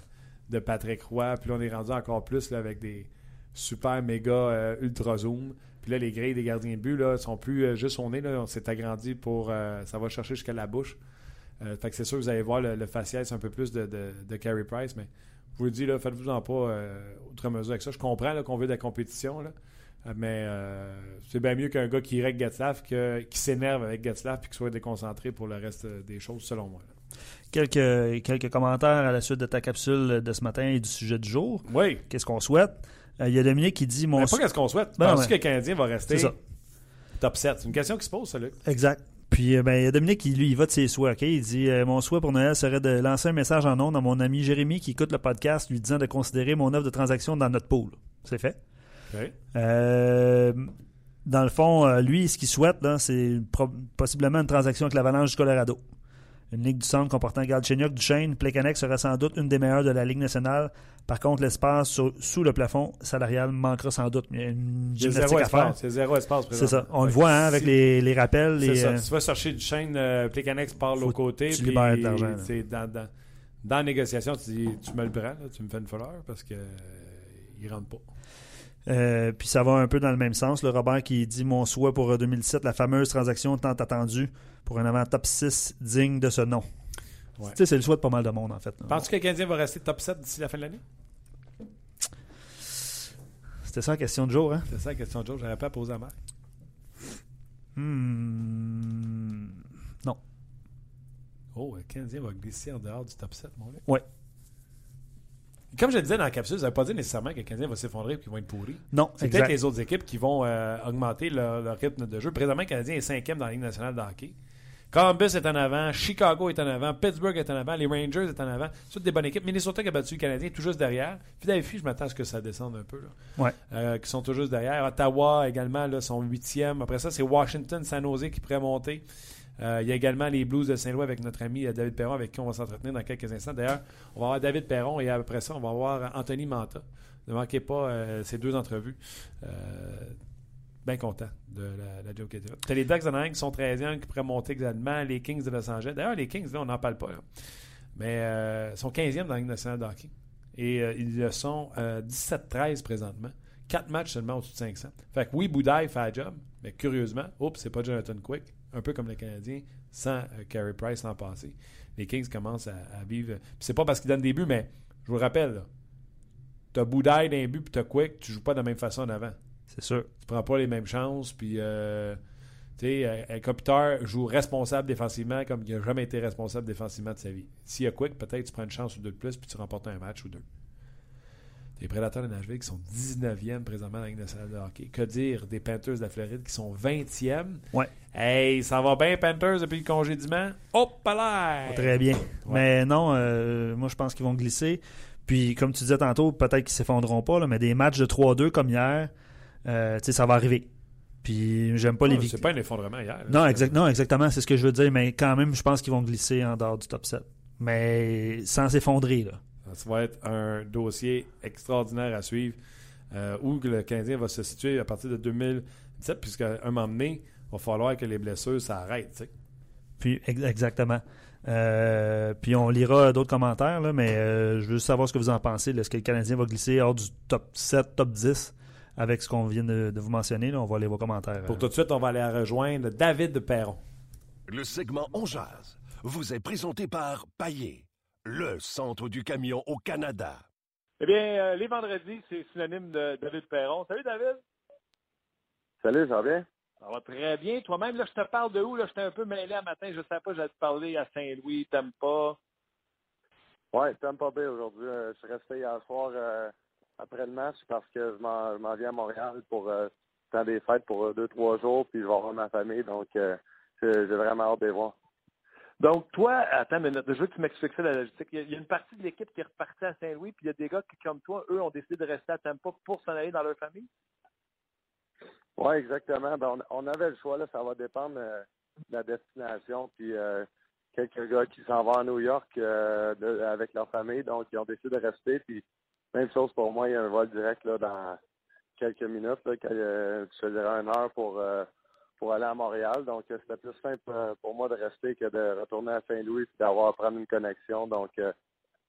de Patrick Roy. Puis là, on est rendu encore plus là, avec des super méga ultra zoom. Puis là, les grilles des gardiens de but là, sont plus juste au nez. Là, on s'est agrandi pour... ça va chercher jusqu'à la bouche. Fait que c'est sûr, vous allez voir le faciès un peu plus de Carey Price, mais je vous le dis, là, faites-vous-en pas outre mesure avec ça. Je comprends là, qu'on veut de la compétition, là, mais c'est bien mieux qu'un gars qui irait avec Getzlaf qui s'énerve avec Getzlaf et qui soit déconcentré pour le reste des choses, selon moi. Là. Quelques commentaires à la suite de ta capsule de ce matin et du sujet du jour. Oui. Qu'est-ce qu'on souhaite? Il y a Dominique qui dit... Pas qu'est-ce qu'on souhaite. Penses-tu que le Canadien va rester top 7? C'est une question qui se pose, ça, Luc. Exact. Puis, il y a Dominique qui, lui, il va de ses souhaits. Okay? Il dit mon souhait pour Noël serait de lancer un message en ondes à mon ami Jérémy qui écoute le podcast, lui disant de considérer mon offre de transaction dans notre pool. C'est fait. Okay. Dans le fond, lui, ce qu'il souhaite, là, c'est possiblement une transaction avec l'Avalanche du Colorado. Une ligue du centre comportant Galchenyuk, Duchesne, Plekanec serait sans doute une des meilleures de la Ligue nationale. Par contre, l'espace sous le plafond salarial manquera sans doute. Il y a une gymnastique à faire. C'est zéro espace présent. C'est ça. On le voit avec les rappels. C'est ça. Tu vas chercher Duchesne, Plekanec part de l'autre côté. Tu libères de l'argent. Dans la négociation, tu dis tu me le prends, là, tu me fais une fleur parce qu'il ne rentre pas. Puis ça va un peu dans le même sens. Le Robert qui dit mon souhait pour 2017, la fameuse transaction tant attendue pour un avant top 6 digne de ce nom. Ouais. Tu sais, c'est le souhait de pas mal de monde, en fait. Penses-tu que le Canadien va rester top 7 d'ici la fin de l'année? C'était ça la question de jour, hein? C'était ça la question de jour. J'aurais pas à poser à Marc. Non. Oh, le Canadien va glisser en dehors du top 7, mon gars. Oui. Comme je le disais dans la capsule, ça ne veut pas dire nécessairement que le Canadien va s'effondrer et qu'ils vont être pourris. Non, c'est peut-être les autres équipes qui vont augmenter leur rythme de jeu. Présentement, le Canadien est 5e dans la Ligue nationale de hockey. Columbus est en avant, Chicago est en avant, Pittsburgh est en avant, les Rangers est en avant. C'est toutes des bonnes équipes. Minnesota qui a battu le Canadien tout juste derrière. Philadelphie, je m'attends à ce que ça descende un peu. Là. Ouais. Qui sont tout juste derrière. Ottawa également là, sont 8e. Après ça, c'est Washington, San Jose qui pourrait monter. Il y a également les Blues de Saint-Louis avec notre ami David Perron, avec qui on va s'entretenir dans quelques instants. D'ailleurs, on va avoir David Perron et après ça, on va avoir Anthony Manta. Ne manquez pas ces deux entrevues. Bien content de la joke. Tu as les Ducks de Anaheim qui sont 13e, qui pourraient monter exactement. Les Kings de Los Angeles. D'ailleurs, les Kings, là, on n'en parle pas. Là. Mais ils sont 15e dans la Ligue nationale de hockey. Et ils le sont 17-13 présentement. 4 matchs seulement au-dessus de 500. Fait que oui, Boudaille fait la job, mais curieusement, c'est pas Jonathan Quick. Un peu comme les Canadiens, sans Carey Price l'an passé. Les Kings commencent à vivre. Puis c'est pas parce qu'ils donnent des buts, mais je vous rappelle, tu as Boudaille d'un but, puis tu as Quick, tu joues pas de la même façon en avant. C'est sûr. Tu prends pas les mêmes chances, puis tu sais, Kopitar joue responsable défensivement comme il n'a jamais été responsable défensivement de sa vie. S'il y a Quick, peut-être tu prends une chance ou deux de plus, puis tu remportes un match ou deux. Les Prédateurs de Nashville qui sont 19e présentement dans la Ligue nationale de hockey. Que dire des Panthers de la Floride qui sont 20e? Ouais. Hey, ça va bien, Panthers, depuis le congédiement? Hop là! Très bien. Ouais. Mais non, moi, je pense qu'ils vont glisser. Puis, comme tu disais tantôt, peut-être qu'ils ne s'effondreront pas, là, mais des matchs de 3-2 comme hier, ça va arriver. Puis, j'aime pas les victoires. C'est pas un effondrement hier. Non, exactement, c'est ce que je veux dire. Mais quand même, je pense qu'ils vont glisser en dehors du top 7. Mais sans s'effondrer, là. Ça va être un dossier extraordinaire à suivre où le Canadien va se situer à partir de 2017, puisqu'à un moment donné, il va falloir que les blessures s'arrêtent. Tu sais. Puis, exactement. Puis on lira d'autres commentaires, là, mais je veux juste savoir ce que vous en pensez. Est-ce que le Canadien va glisser hors du top 7, top 10 avec ce qu'on vient de vous mentionner? Là, on va aller vos commentaires. Pour tout de suite, on va aller rejoindre David Perron. Le segment On Jase vous est présenté par Paillé, le centre du camion au Canada. Eh bien, les vendredis, c'est synonyme de David Perron. Salut, David. Salut, ça va bien? Ça va très bien. Toi-même, là, je te parle de où? Là, j'étais un peu mêlé un matin. Je ne savais pas, j'allais te parler à Saint-Louis, Tampa. Oui, Tampa Bay aujourd'hui. Je suis resté hier soir après le match parce que je m'en viens à Montréal pour faire des fêtes pour 2-3 jours, puis je vais voir ma famille. Donc, j'ai vraiment hâte de les voir. Donc, toi, attends une minute, je veux que tu m'expliques ça, la logistique. Il y a une partie de l'équipe qui est repartie à Saint-Louis, puis il y a des gars qui, comme toi, eux, ont décidé de rester à Tampa pour s'en aller dans leur famille? Oui, exactement. Ben, on avait le choix, là. Ça va dépendre de la destination. Puis quelques gars qui s'en vont à New York avec leur famille, donc ils ont décidé de rester. Puis même chose pour moi, il y a un vol direct là, dans quelques minutes, là, je dirais 1 heure pour aller à Montréal. Donc c'était plus simple pour moi de rester que de retourner à Saint-Louis et d'avoir à prendre une connexion. Donc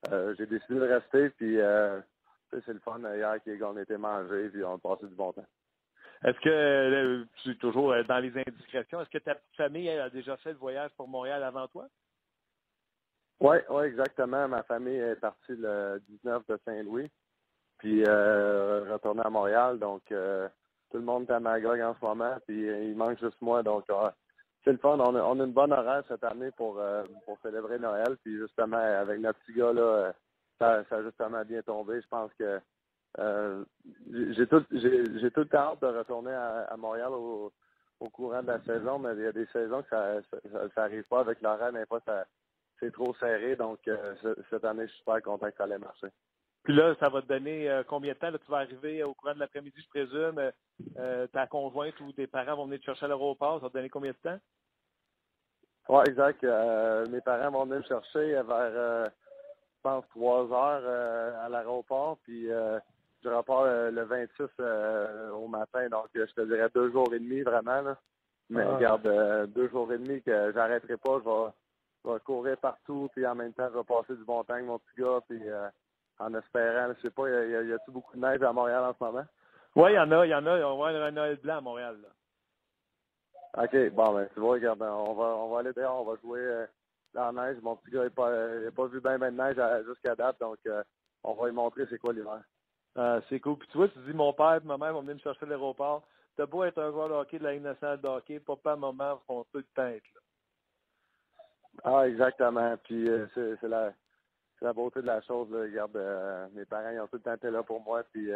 j'ai décidé de rester, puis c'est le fun hier qu'on était mangé, puis on a passé du bon temps. Est-ce que, tu es toujours dans les indiscrétions, est-ce que ta petite famille a déjà fait le voyage pour Montréal avant toi? Oui, exactement. Ma famille est partie le 19 de Saint-Louis, puis retournée à Montréal. Donc, tout le monde est à Magog en ce moment, puis il manque juste moi. Donc, c'est le fun. On a une bonne horaire cette année pour célébrer Noël. Puis, justement, avec notre petit gars, là, ça a justement bien tombé. Je pense que j'ai tout le temps hâte de retourner à Montréal au courant de la saison, mais il y a des saisons que ça arrive pas avec l'horaire, mais pas c'est trop serré. Donc, cette année, je suis super content que ça allait marcher. Puis là, ça va te donner combien de temps? Là, tu vas arriver au courant de l'après-midi, je présume. Ta conjointe ou tes parents vont venir te chercher à l'aéroport. Ça va te donner combien de temps? Oui, exact. Mes parents vont venir me chercher vers, je pense, 3 heures à l'aéroport. Puis, je repars le 26 au matin. Donc, je te dirais 2 jours et demi, vraiment. Là. Mais regarde, 2 jours et demi que j'arrêterai pas. Je vais courir partout. Puis, en même temps, je vais passer du bon temps avec mon petit gars. Puis, en espérant, je sais pas, y a-t-il beaucoup de neige à Montréal en ce moment? Oui, il y en a. On va avoir un Noël blanc à Montréal. Là. OK, bon, ben, tu vois, regarde, on va aller dehors, on va jouer dans la neige. Mon petit gars n'a pas vu bien de neige jusqu'à date, donc on va lui montrer c'est quoi l'hiver. C'est cool. Puis tu vois, tu dis, mon père et ma mère vont venir me chercher à l'aéroport. T'as beau être un joueur de hockey de la Ligue nationale de hockey, papa, maman vont tout le temps être là. Ah, exactement. Puis c'est la beauté de la chose. Là. Regarde, mes parents ils ont tout le temps été là pour moi. Puis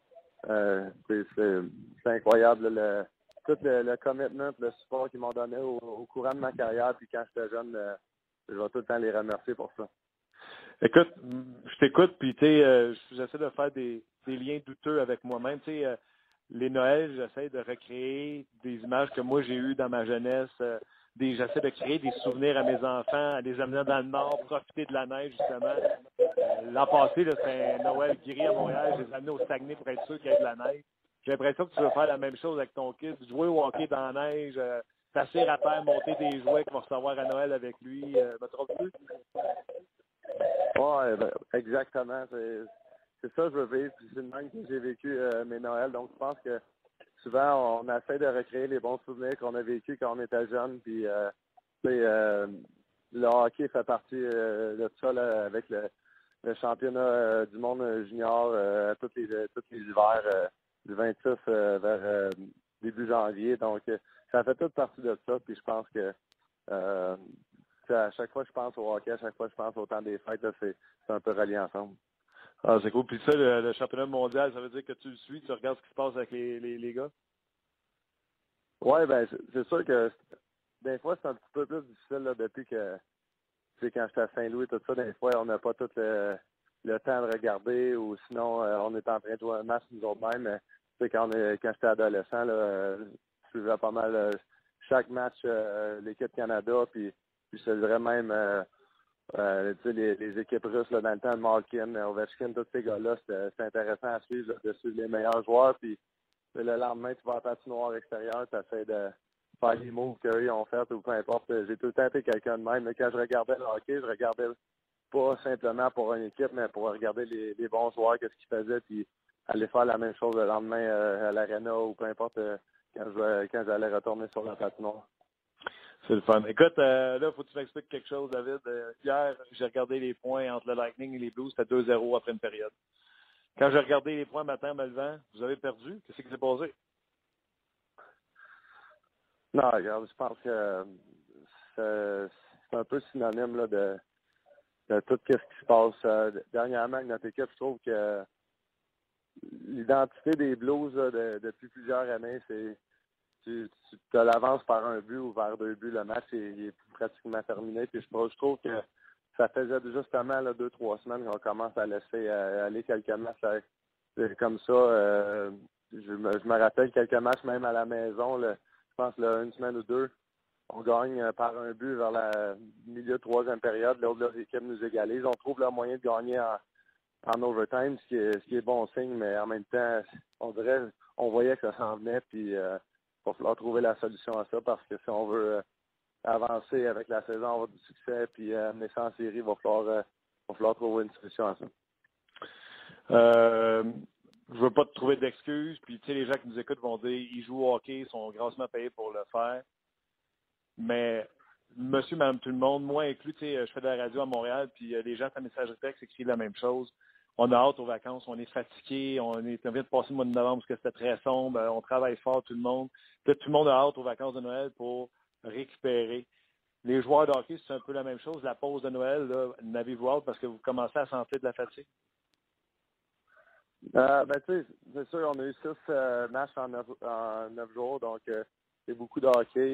c'est incroyable tout le commitment, le support qu'ils m'ont donné au courant de ma carrière. Puis quand j'étais jeune, je vais tout le temps les remercier pour ça. Écoute, je t'écoute, puis tu sais, j'essaie de faire des liens douteux avec moi-même. Tu sais, les Noëls, j'essaie de recréer des images que moi j'ai eues dans ma jeunesse. J'essaie de créer des souvenirs à mes enfants, à les amener dans le Nord, profiter de la neige, justement. L'an passé, c'était un Noël gris à Montréal. Je les ai amenés au Saguenay pour être sûr qu'il y ait de la neige. J'ai l'impression que tu veux faire la même chose avec ton kid. Jouer au hockey dans la neige, t'asseoir à terre, monter des jouets qu'il va recevoir à Noël avec lui. Me trompe-tu? Oui, ben, exactement. C'est ça que je veux vivre. Puis c'est le même que j'ai vécu mes Noëls. Donc, je pense que souvent, on essaie de recréer les bons souvenirs qu'on a vécu quand on était jeune. Puis, le hockey fait partie de ça là, avec le championnat du monde junior tous les hivers du 26 vers début janvier. Donc, ça fait toute partie de ça. Puis, je pense que à chaque fois que je pense au hockey, à chaque fois que je pense au temps des fêtes, là, c'est un peu relié ensemble. Ah, c'est cool. Puis ça, le championnat mondial, ça veut dire que tu le suis, tu regardes ce qui se passe avec les gars? Oui, ben c'est sûr que des fois, c'est un petit peu plus difficile là, depuis que quand j'étais à Saint-Louis, tout ça, des fois, on n'a pas tout le temps de regarder ou sinon on est en train de jouer un match nous autres mêmes. Quand j'étais adolescent, là, je suivais pas mal chaque match l'équipe Canada, puis je dirais même les équipes russes là, dans le temps de Malkin, Ovechkin, tous ces gars-là, c'était intéressant à suivre, là, de suivre les meilleurs joueurs. Puis le lendemain, tu vas à patinoire extérieur, tu essaies de faire les moves qu'eux ont fait ou peu importe. J'ai tout le temps été quelqu'un de même. Mais quand je regardais le hockey, je regardais pas simplement pour une équipe, mais pour regarder les bons joueurs, qu'est-ce qu'ils faisaient, puis aller faire la même chose le lendemain à l'aréna ou peu importe quand j'allais retourner sur la patinoire. C'est le fun. Écoute, là, il faut que tu m'expliques quelque chose, David. Hier, j'ai regardé les points entre le Lightning et les Blues. C'était 2-0 après une période. Quand j'ai regardé les points matin me levant, vous avez perdu. Qu'est-ce qui s'est passé? Non, regarde, je pense que c'est un peu synonyme là, de tout ce qui se passe. Dernièrement, avec notre équipe, je trouve que l'identité des Blues là, depuis plusieurs années, c'est tu te l'avances par un but ou vers 2 buts, le match il est pratiquement terminé. Puis je trouve que ça faisait justement 2-3 semaines qu'on commence à laisser aller quelques matchs comme ça. Je me rappelle quelques matchs même à la maison. Là, je pense une semaine ou deux, on gagne par un but vers la milieu de troisième période. L'autre équipe nous égalise. On trouve le moyen de gagner en overtime, ce qui est bon signe, mais en même temps, on voyait que ça s'en venait. Puis il va falloir trouver la solution à ça parce que si on veut avancer avec la saison, avoir du succès puis amener ça en série, il va va falloir trouver une solution à ça. Je veux pas te trouver d'excuses, puis tu sais, les gens qui nous écoutent vont dire ils jouent au hockey, ils sont grassement payés pour le faire. Mais monsieur, madame, tout le monde, moi inclus, tu sais, je fais de la radio à Montréal, puis les gens à messagerie texte écrivent la même chose. On a hâte aux vacances, on est fatigué, on vient de passer le mois de novembre parce que c'était très sombre, on travaille fort, tout le monde. Puis, tout le monde a hâte aux vacances de Noël pour récupérer. Les joueurs de hockey, c'est un peu la même chose. La pause de Noël, là, n'avez-vous hâte parce que vous commencez à sentir de la fatigue? Ben, tu sais, c'est sûr, on a eu 6 matchs en 9 jours, donc c'est beaucoup de hockey.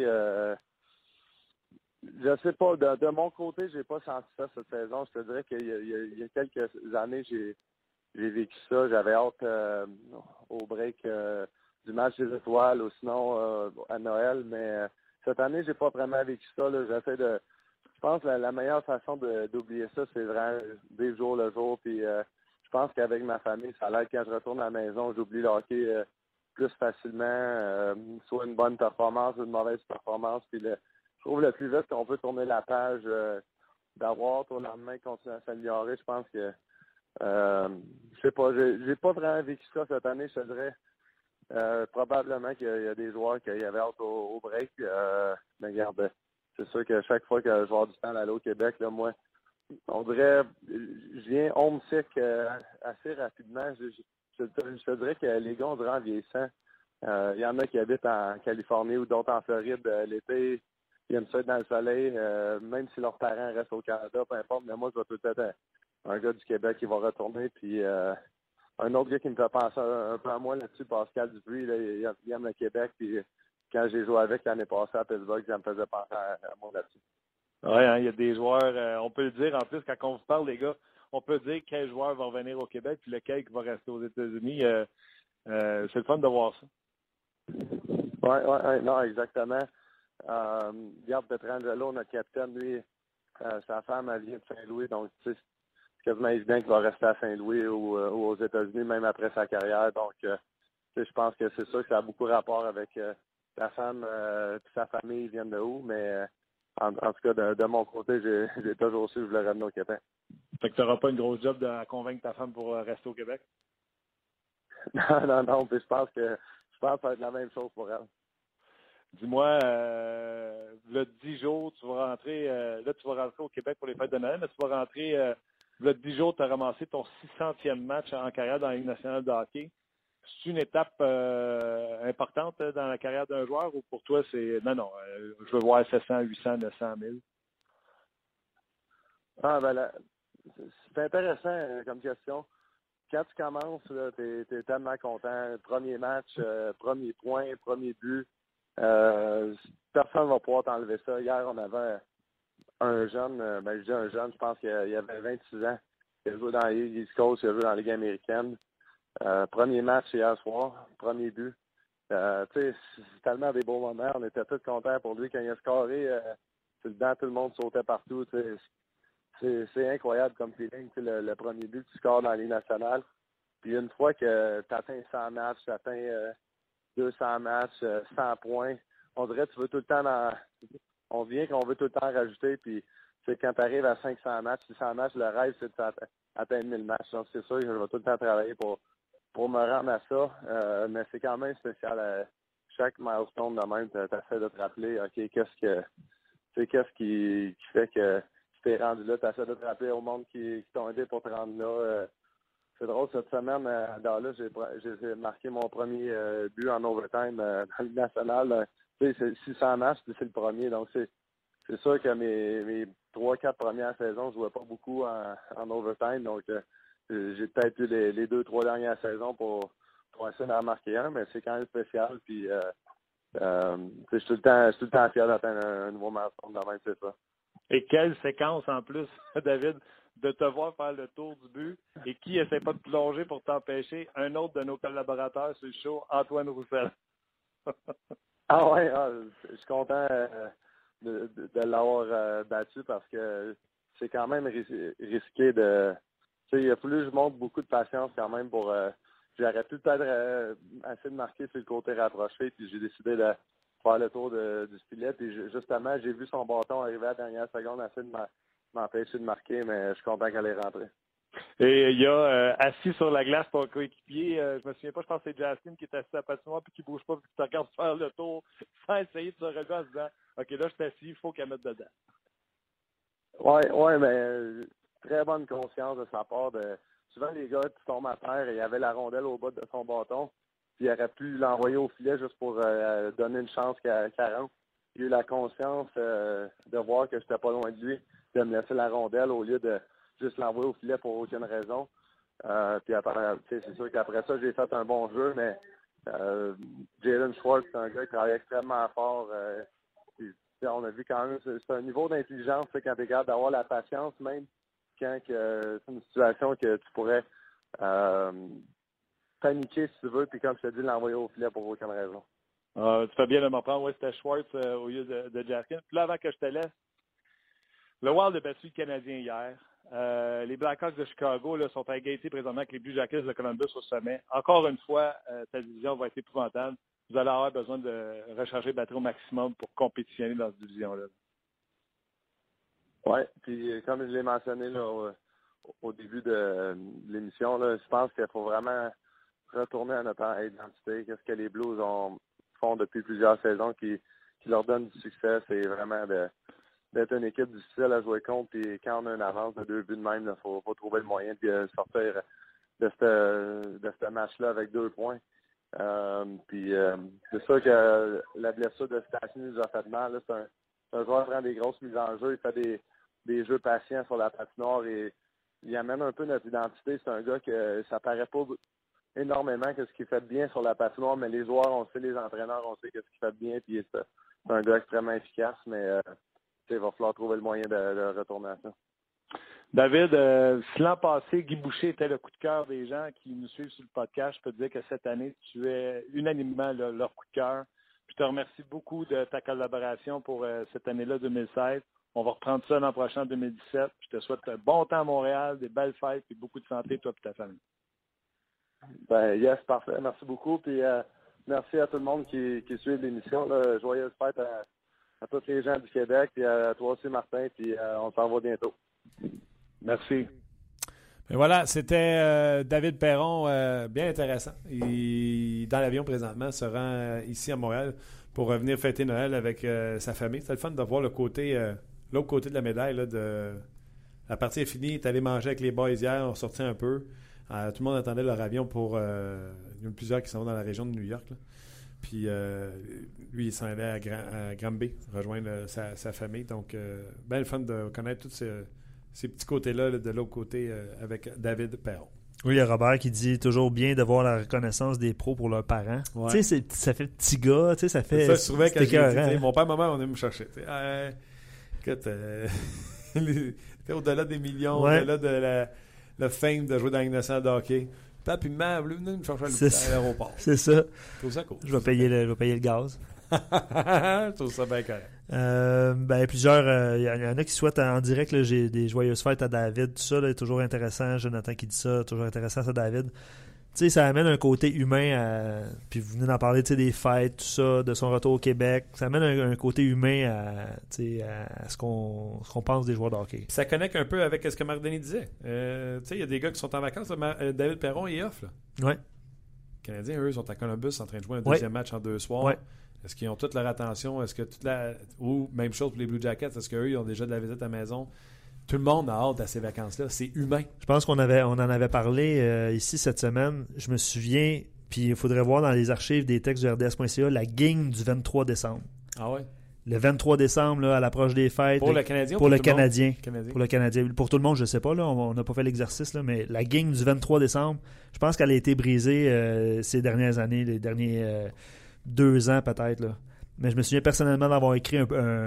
Je sais pas, de mon côté, j'ai pas senti ça cette saison. Je te dirais qu'il y a quelques années, j'ai vécu ça. J'avais hâte au break du match des étoiles ou sinon à Noël, mais cette année, j'ai pas vraiment vécu ça. Là. Je pense que la meilleure façon d'oublier ça, c'est vraiment vivre jour le jour. Puis je pense qu'avec ma famille, ça a l'air quand je retourne à la maison, j'oublie le hockey plus facilement, soit une bonne performance ou une mauvaise performance. Puis je trouve le plus vite qu'on peut tourner la page, d'avoir au lendemain continuer à s'améliorer. Je pense que je sais pas, j'ai pas vraiment vécu ça cette année, je te dirais. Probablement qu'il y a des joueurs qui avaient hâte au break. Mais regarde, c'est sûr que chaque fois que je vais avoir du temps à aller au Québec, là, moi, on dirait, je viens homesick assez rapidement. Je te dirais que les gars, on dirait en vieillissant. Il y en a qui habitent en Californie ou d'autres en Floride l'été. Ils aiment ça être dans le soleil, même si leurs parents restent au Canada, peu importe. Mais moi, je vais peut-être être un gars du Québec qui va retourner. Puis un autre gars qui me fait penser un peu à moi là-dessus, Pascal Dupuis, là, il aime le Québec. Puis quand j'ai joué avec l'année passée à Pittsburgh, ça me faisait penser à moi là-dessus. Oui, hein, il y a des joueurs, on peut le dire en plus, quand on vous parle, les gars, on peut dire quel joueur va revenir au Québec puis lequel qui va rester aux États-Unis. C'est le fun de voir ça. Oui, non, exactement. Regarde Petrangelo, notre capitaine, lui, sa femme, elle vient de Saint-Louis, donc tu sais, c'est quasiment évident qu'il va rester à Saint-Louis ou aux États-Unis, même après sa carrière. Donc, tu sais, je pense que c'est sûr que ça a beaucoup rapport avec sa femme et sa famille, ils viennent de où, mais en tout cas, de mon côté, j'ai toujours su que je voulais ramener au Québec. Fait que tu n'auras pas une grosse job de convaincre ta femme pour rester au Québec? Non, puis je pense que ça va être la même chose pour elle. Dis-moi, le 10 jours, tu vas rentrer, là, tu vas rentrer au Québec pour les fêtes de Noël, mais tu vas rentrer, le 10 jours, tu as ramassé ton 600e match en carrière dans la Ligue nationale de hockey. C'est une étape importante dans la carrière d'un joueur ou pour toi, c'est non, je veux voir 700, 800, 900 000? Ah, ben là, c'est intéressant comme question. Quand tu commences, tu es tellement content. Premier match, premier point, premier but. Personne ne va pouvoir t'enlever ça. Hier, on avait un jeune, je dis un jeune, je pense qu'il avait 26 ans. Il a joué dans la Ligue East Coast, il a joué dans la Ligue américaine. Premier match hier soir, premier but. Tu sais, c'est tellement des beaux moments. On était tous contents pour lui. Quand il a scoré, tout le monde sautait partout. C'est incroyable comme feeling, le premier but que tu scores dans la Ligue nationale. Puis une fois que tu atteins 100 matchs, tu atteins 200 matchs, 100 points, on dirait que tu veux tout le temps on vient qu'on veut tout le temps rajouter. Puis c'est quand tu arrives à 500 matchs, 600 matchs, le rêve, c'est d'atteindre 1000 matchs. Donc c'est sûr que je vais tout le temps travailler pour me rendre à ça. Mais c'est quand même spécial. Chaque milestone de même, tu essaies de te rappeler, OK, qu'est-ce qui fait que tu t'es rendu là, tu essaies de te rappeler au monde qui t'ont aidé pour te rendre là. C'est drôle, cette semaine, à Dallas, j'ai marqué mon premier but en overtime dans la Ligue nationale. Tu sais, c'est 600 matchs, puis c'est le premier. Donc, c'est sûr que mes 3-4 premières saisons, je jouais pas beaucoup en overtime. Donc, j'ai peut-être eu les 2-3 dernières saisons pour essayer d'en marquer un, mais c'est quand même spécial. Puis, je suis tout le temps fier d'atteindre un nouveau milestone de même, c'est ça. Et quelle séquence en plus, David, de te voir faire le tour du but et qui essaie pas de plonger pour t'empêcher, un autre de nos collaborateurs sur le show, Antoine Roussel. Ah ouais, je suis content de l'avoir battu parce que c'est quand même risqué de... Tu sais, il a fallu que je montre beaucoup de patience quand même pour... J'aurais pu peut-être essayer de marquer sur le côté rapproché, puis j'ai décidé de faire le tour du filet. Puis justement, j'ai vu son bâton arriver à la dernière seconde, essayer m'empêcher de marquer, mais je suis content qu'elle est rentrée. Et il y a assis sur la glace ton coéquipier, je me souviens pas, je pense que c'est Jasmine qui est assis à la patinoire puis qui bouge pas puis qui te regarde faire le tour sans essayer de se relever en se disant « OK, là, je suis assis, il faut qu'elle mette dedans. » Ouais, mais très bonne conscience de sa part. Souvent, les gars, tu tombes à terre et il y avait la rondelle au bas de son bâton. Puis il aurait pu l'envoyer au filet juste pour donner une chance qu'elle rentre. Il a eu la conscience de voir que j'étais pas loin de lui, de me laisser la rondelle au lieu de juste l'envoyer au filet pour aucune raison. Puis après, c'est sûr qu'après ça, j'ai fait un bon jeu, mais Jalen Schwartz, c'est un gars qui travaille extrêmement fort. On a vu quand même, c'est un niveau d'intelligence quand tu es capable d'avoir la patience même quand c'est une situation que tu pourrais paniquer si tu veux, puis comme je te dis, l'envoyer au filet pour aucune raison. Tu fais bien de m'en prendre. Oui, c'était Schwartz au lieu de Jaskin. Puis là, avant que je te laisse, le Wild a battu le Canadien hier. Les Blackhawks de Chicago là, sont à égalité présentement avec les Blue Jackets de Columbus au sommet. Encore une fois, ta division va être épouvantable. Vous allez avoir besoin de recharger le batterie au maximum pour compétitionner dans cette division-là. Oui, puis comme je l'ai mentionné là, au début de l'émission, là, je pense qu'il faut vraiment retourner à notre identité. Qu'est-ce que les Blues font depuis plusieurs saisons qui leur donne du succès, c'est vraiment d'être une équipe difficile à jouer contre. Puis quand on a une avance de 2 buts de même, il faut trouver le moyen de sortir de ce match-là avec 2 points. Puis c'est sûr que la blessure de Stastny nous a fait mal. Là, c'est un joueur qui prend des grosses mises en jeu. Il fait des jeux patients sur la patinoire et il amène un peu notre identité. C'est un gars que ça paraît pas énormément que ce qu'il fait bien sur la patinoire, mais les joueurs, on sait, les entraîneurs, on sait ce qu'il fait bien. Puis c'est un gars extrêmement efficace, mais il va falloir trouver le moyen de retourner à ça. David, si l'an passé, Guy Boucher était le coup de cœur des gens qui nous suivent sur le podcast, je peux te dire que cette année, tu es unanimement leur coup de cœur. Je te remercie beaucoup de ta collaboration pour cette année-là, 2016. On va reprendre ça l'an prochain, en 2017. Je te souhaite un bon temps à Montréal, des belles fêtes et beaucoup de santé, toi et ta famille. Yes, parfait. Merci beaucoup. Puis merci à tout le monde qui suit l'émission. Là. Joyeuses fêtes à tous les gens du Québec et à toi aussi, Martin. Puis on s'en va bientôt. Merci. Et voilà, c'était David Perron, bien intéressant. Il, dans l'avion présentement, se rend ici à Montréal pour revenir fêter Noël avec sa famille. C'était le fun de voir l'autre côté de la médaille. Là, la partie est finie, il est allé manger avec les boys hier, on sortit un peu. Tout le monde attendait leur avion pour... il y en a plusieurs qui sont dans la région de New York. Là. Puis lui, il s'en allait à Granby rejoindre sa famille. Donc, bien le fun de connaître tous ces petits côtés-là de l'autre côté avec David Perron. Oui, il y a Robert qui dit toujours bien de voir la reconnaissance des pros pour leurs parents. Ouais. Tu sais, ça fait petit gars, tu sais, ça fait... Ça, je trouvais quand j'ai dit, mon père et ma mère, on est me chercher. Écoute, au-delà des millions, au-delà de le fame de jouer dans la Ligue nationale de hockey, papa et maman, venez me chercher à l'aéroport. C'est ça. Je trouve ça cool. Je vais payer le gaz. Je trouve ça bien correct. Plusieurs, il y en a qui souhaitent en direct, là, j'ai des joyeuses fêtes à David, tout ça, là, est toujours intéressant. Jonathan qui dit ça, toujours intéressant ça, David. Tu sais, ça amène un côté humain puis vous venez d'en parler, tu sais, des fêtes, tout ça, de son retour au Québec. Ça amène un côté humain à ce qu'on pense des joueurs de hockey. Puis ça connecte un peu avec ce que Marc Denis disait. Tu sais, il y a des gars qui sont en vacances. David Perron est off, là. Ouais. Les Canadiens, eux, sont à Columbus en train de jouer un deuxième match en 2 soirs. Ouais. Est-ce qu'ils ont toute leur attention? Est-ce que ou même chose pour les Blue Jackets, est-ce qu'eux, ils ont déjà de la visite à la maison? Tout le monde a hâte à ces vacances-là. C'est humain. Je pense qu'on en avait parlé ici cette semaine. Je me souviens, puis il faudrait voir dans les archives des textes du RDS.ca, la game du 23 décembre. Ah ouais? Le 23 décembre, là, à l'approche des fêtes. Pour le Canadien ou pour le Canadien? Pour le Canadien. Pour tout le monde, je ne sais pas. Là, on n'a pas fait l'exercice, là, mais la game du 23 décembre, je pense qu'elle a été brisée ces dernières années, les derniers 2 ans peut-être. Là. Mais je me souviens personnellement d'avoir écrit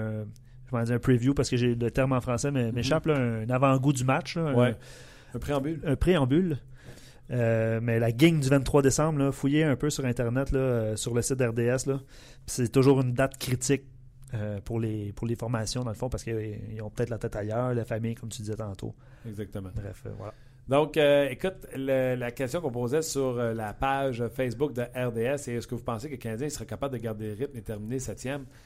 un preview, parce que j'ai le terme en français, mais m'échappe, là, un avant-goût du match. Là, un préambule. Un préambule. Mais la game du 23 décembre, là, fouillez un peu sur Internet, là, sur le site d'RDS. Là, c'est toujours une date critique pour les formations, dans le fond, parce qu'ils ont peut-être la tête ailleurs, la famille, comme tu disais tantôt. Exactement. Bref, voilà. Donc, écoute, la question qu'on posait sur la page Facebook de RDS, c'est est-ce que vous pensez que le Canadien serait capable de garder le rythme et terminer 7e?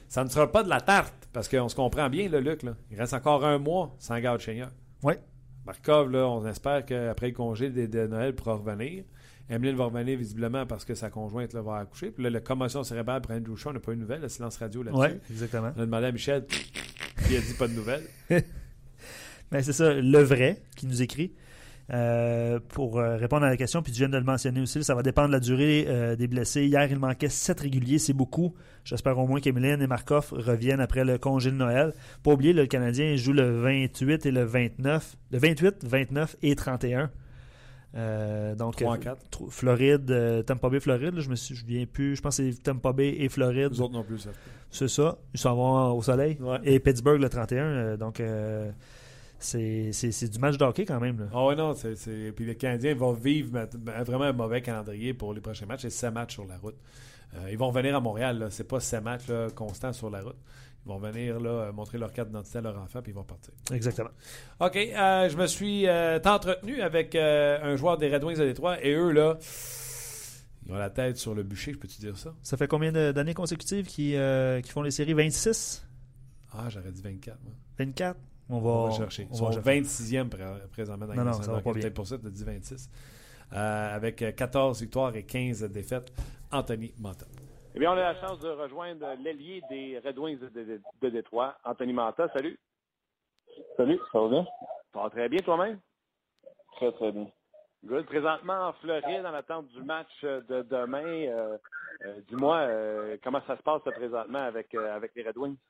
Ça ne sera pas de la tarte, parce qu'on se comprend bien, là, Luc. Là. Il reste encore un mois sans Galchenyuk. Oui. Markov, là, on espère qu'après le congé de Noël, pourra revenir. Emeline va revenir visiblement parce que sa conjointe là, va accoucher. Puis là, la commotion cérébrale pour Andrew Shaw, on n'a pas eu de nouvelles. Le silence radio là-dessus. Oui, exactement. On a demandé à Michel, il a dit pas de nouvelles. Mais c'est ça, le vrai qui nous écrit. Pour répondre à la question, puis tu viens de le mentionner aussi, ça va dépendre de la durée des blessés. Hier, il manquait 7 réguliers, c'est beaucoup. J'espère au moins qu'Emeline et Markov reviennent après le congé de Noël. Pas oublier, le Canadien joue le 28 et le 29. Le 28, 29 et 31. Donc 3-4. Floride, Tampa Bay, Floride, là, je me souviens plus. Je pense que c'est Tampa Bay et Floride. Les autres non plus, ça. C'est ça. Ils s'en vont au soleil. Ouais. Et Pittsburgh le 31. Donc c'est du match de hockey quand même. Là. Ah oui, non. Puis les Canadiens vont vivre vraiment un mauvais calendrier pour les prochains matchs. C'est 7 matchs sur la route. Ils vont venir à Montréal. Là. C'est pas 7 matchs là, constants sur la route. Ils vont venir là, montrer leur carte d'identité à leur enfant puis ils vont partir. Exactement. OK. Je me suis entretenu avec un joueur des Red Wings de Détroit et eux, là, ils ont la tête sur le bûcher. Je peux-tu dire ça? Ça fait combien d'années consécutives qui font les séries? 26? Ah, j'aurais dit 24. Moi. 24? On va chercher. Ils on sont va chercher. 26e présentement dans Non, la non, ça va pas bien. peut-être pour ça, tu as dit 26. Avec 14 victoires et 15 défaites, Anthony Manta. Eh bien, on a la chance de rejoindre l'ailier des Red Wings de Détroit, Anthony Manta. Salut. Salut, ça va bien? Ça va très bien toi-même? Très, très bien. Good. Présentement en Floride, en attente du match de demain. Dis-moi, comment ça se passe présentement avec les Red Wings?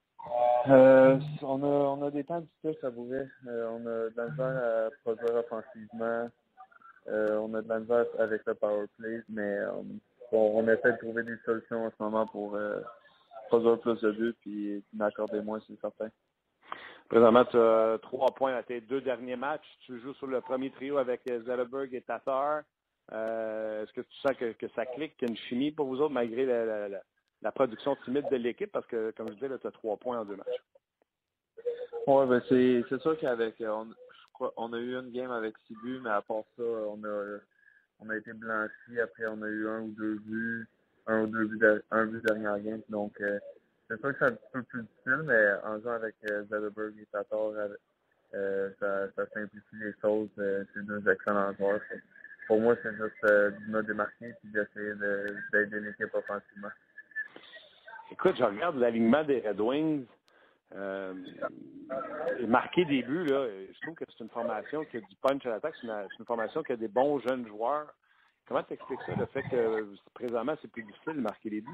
On a des temps difficiles, ça pourrait. On a de la misère à produire offensivement. On a de la misère avec le power play, mais on essaie de trouver des solutions en ce moment pour produire plus de buts et m'accorder moins, c'est certain. Présentement, tu as 3 points à tes 2 derniers matchs. Tu joues sur le premier trio avec Zetterberg et Tatar. Est-ce que tu sens que ça clique, qu'il y a une chimie pour vous autres, malgré la production timide de l'équipe? Parce que, comme je disais, tu as 3 points en 2 matchs. Oui, ben c'est sûr qu'avec on a eu une game avec 6 buts, mais à part ça, on a été blanchi. Après, on a eu un ou deux buts dernière game. Donc, c'est sûr que c'est un petit peu plus difficile, mais en jouant avec Zetterberg et Tatar, ça simplifie les choses. C'est deux excellents joueurs. Pour moi, c'est juste de me démarquer et d'essayer d'aider l'équipe offensivement. Écoute, je regarde l'alignement des Red Wings. Marquer des buts, là, je trouve que c'est une formation qui a du punch à l'attaque. C'est une formation qui a des bons jeunes joueurs. Comment tu expliques ça, le fait que présentement, c'est plus difficile de marquer des buts?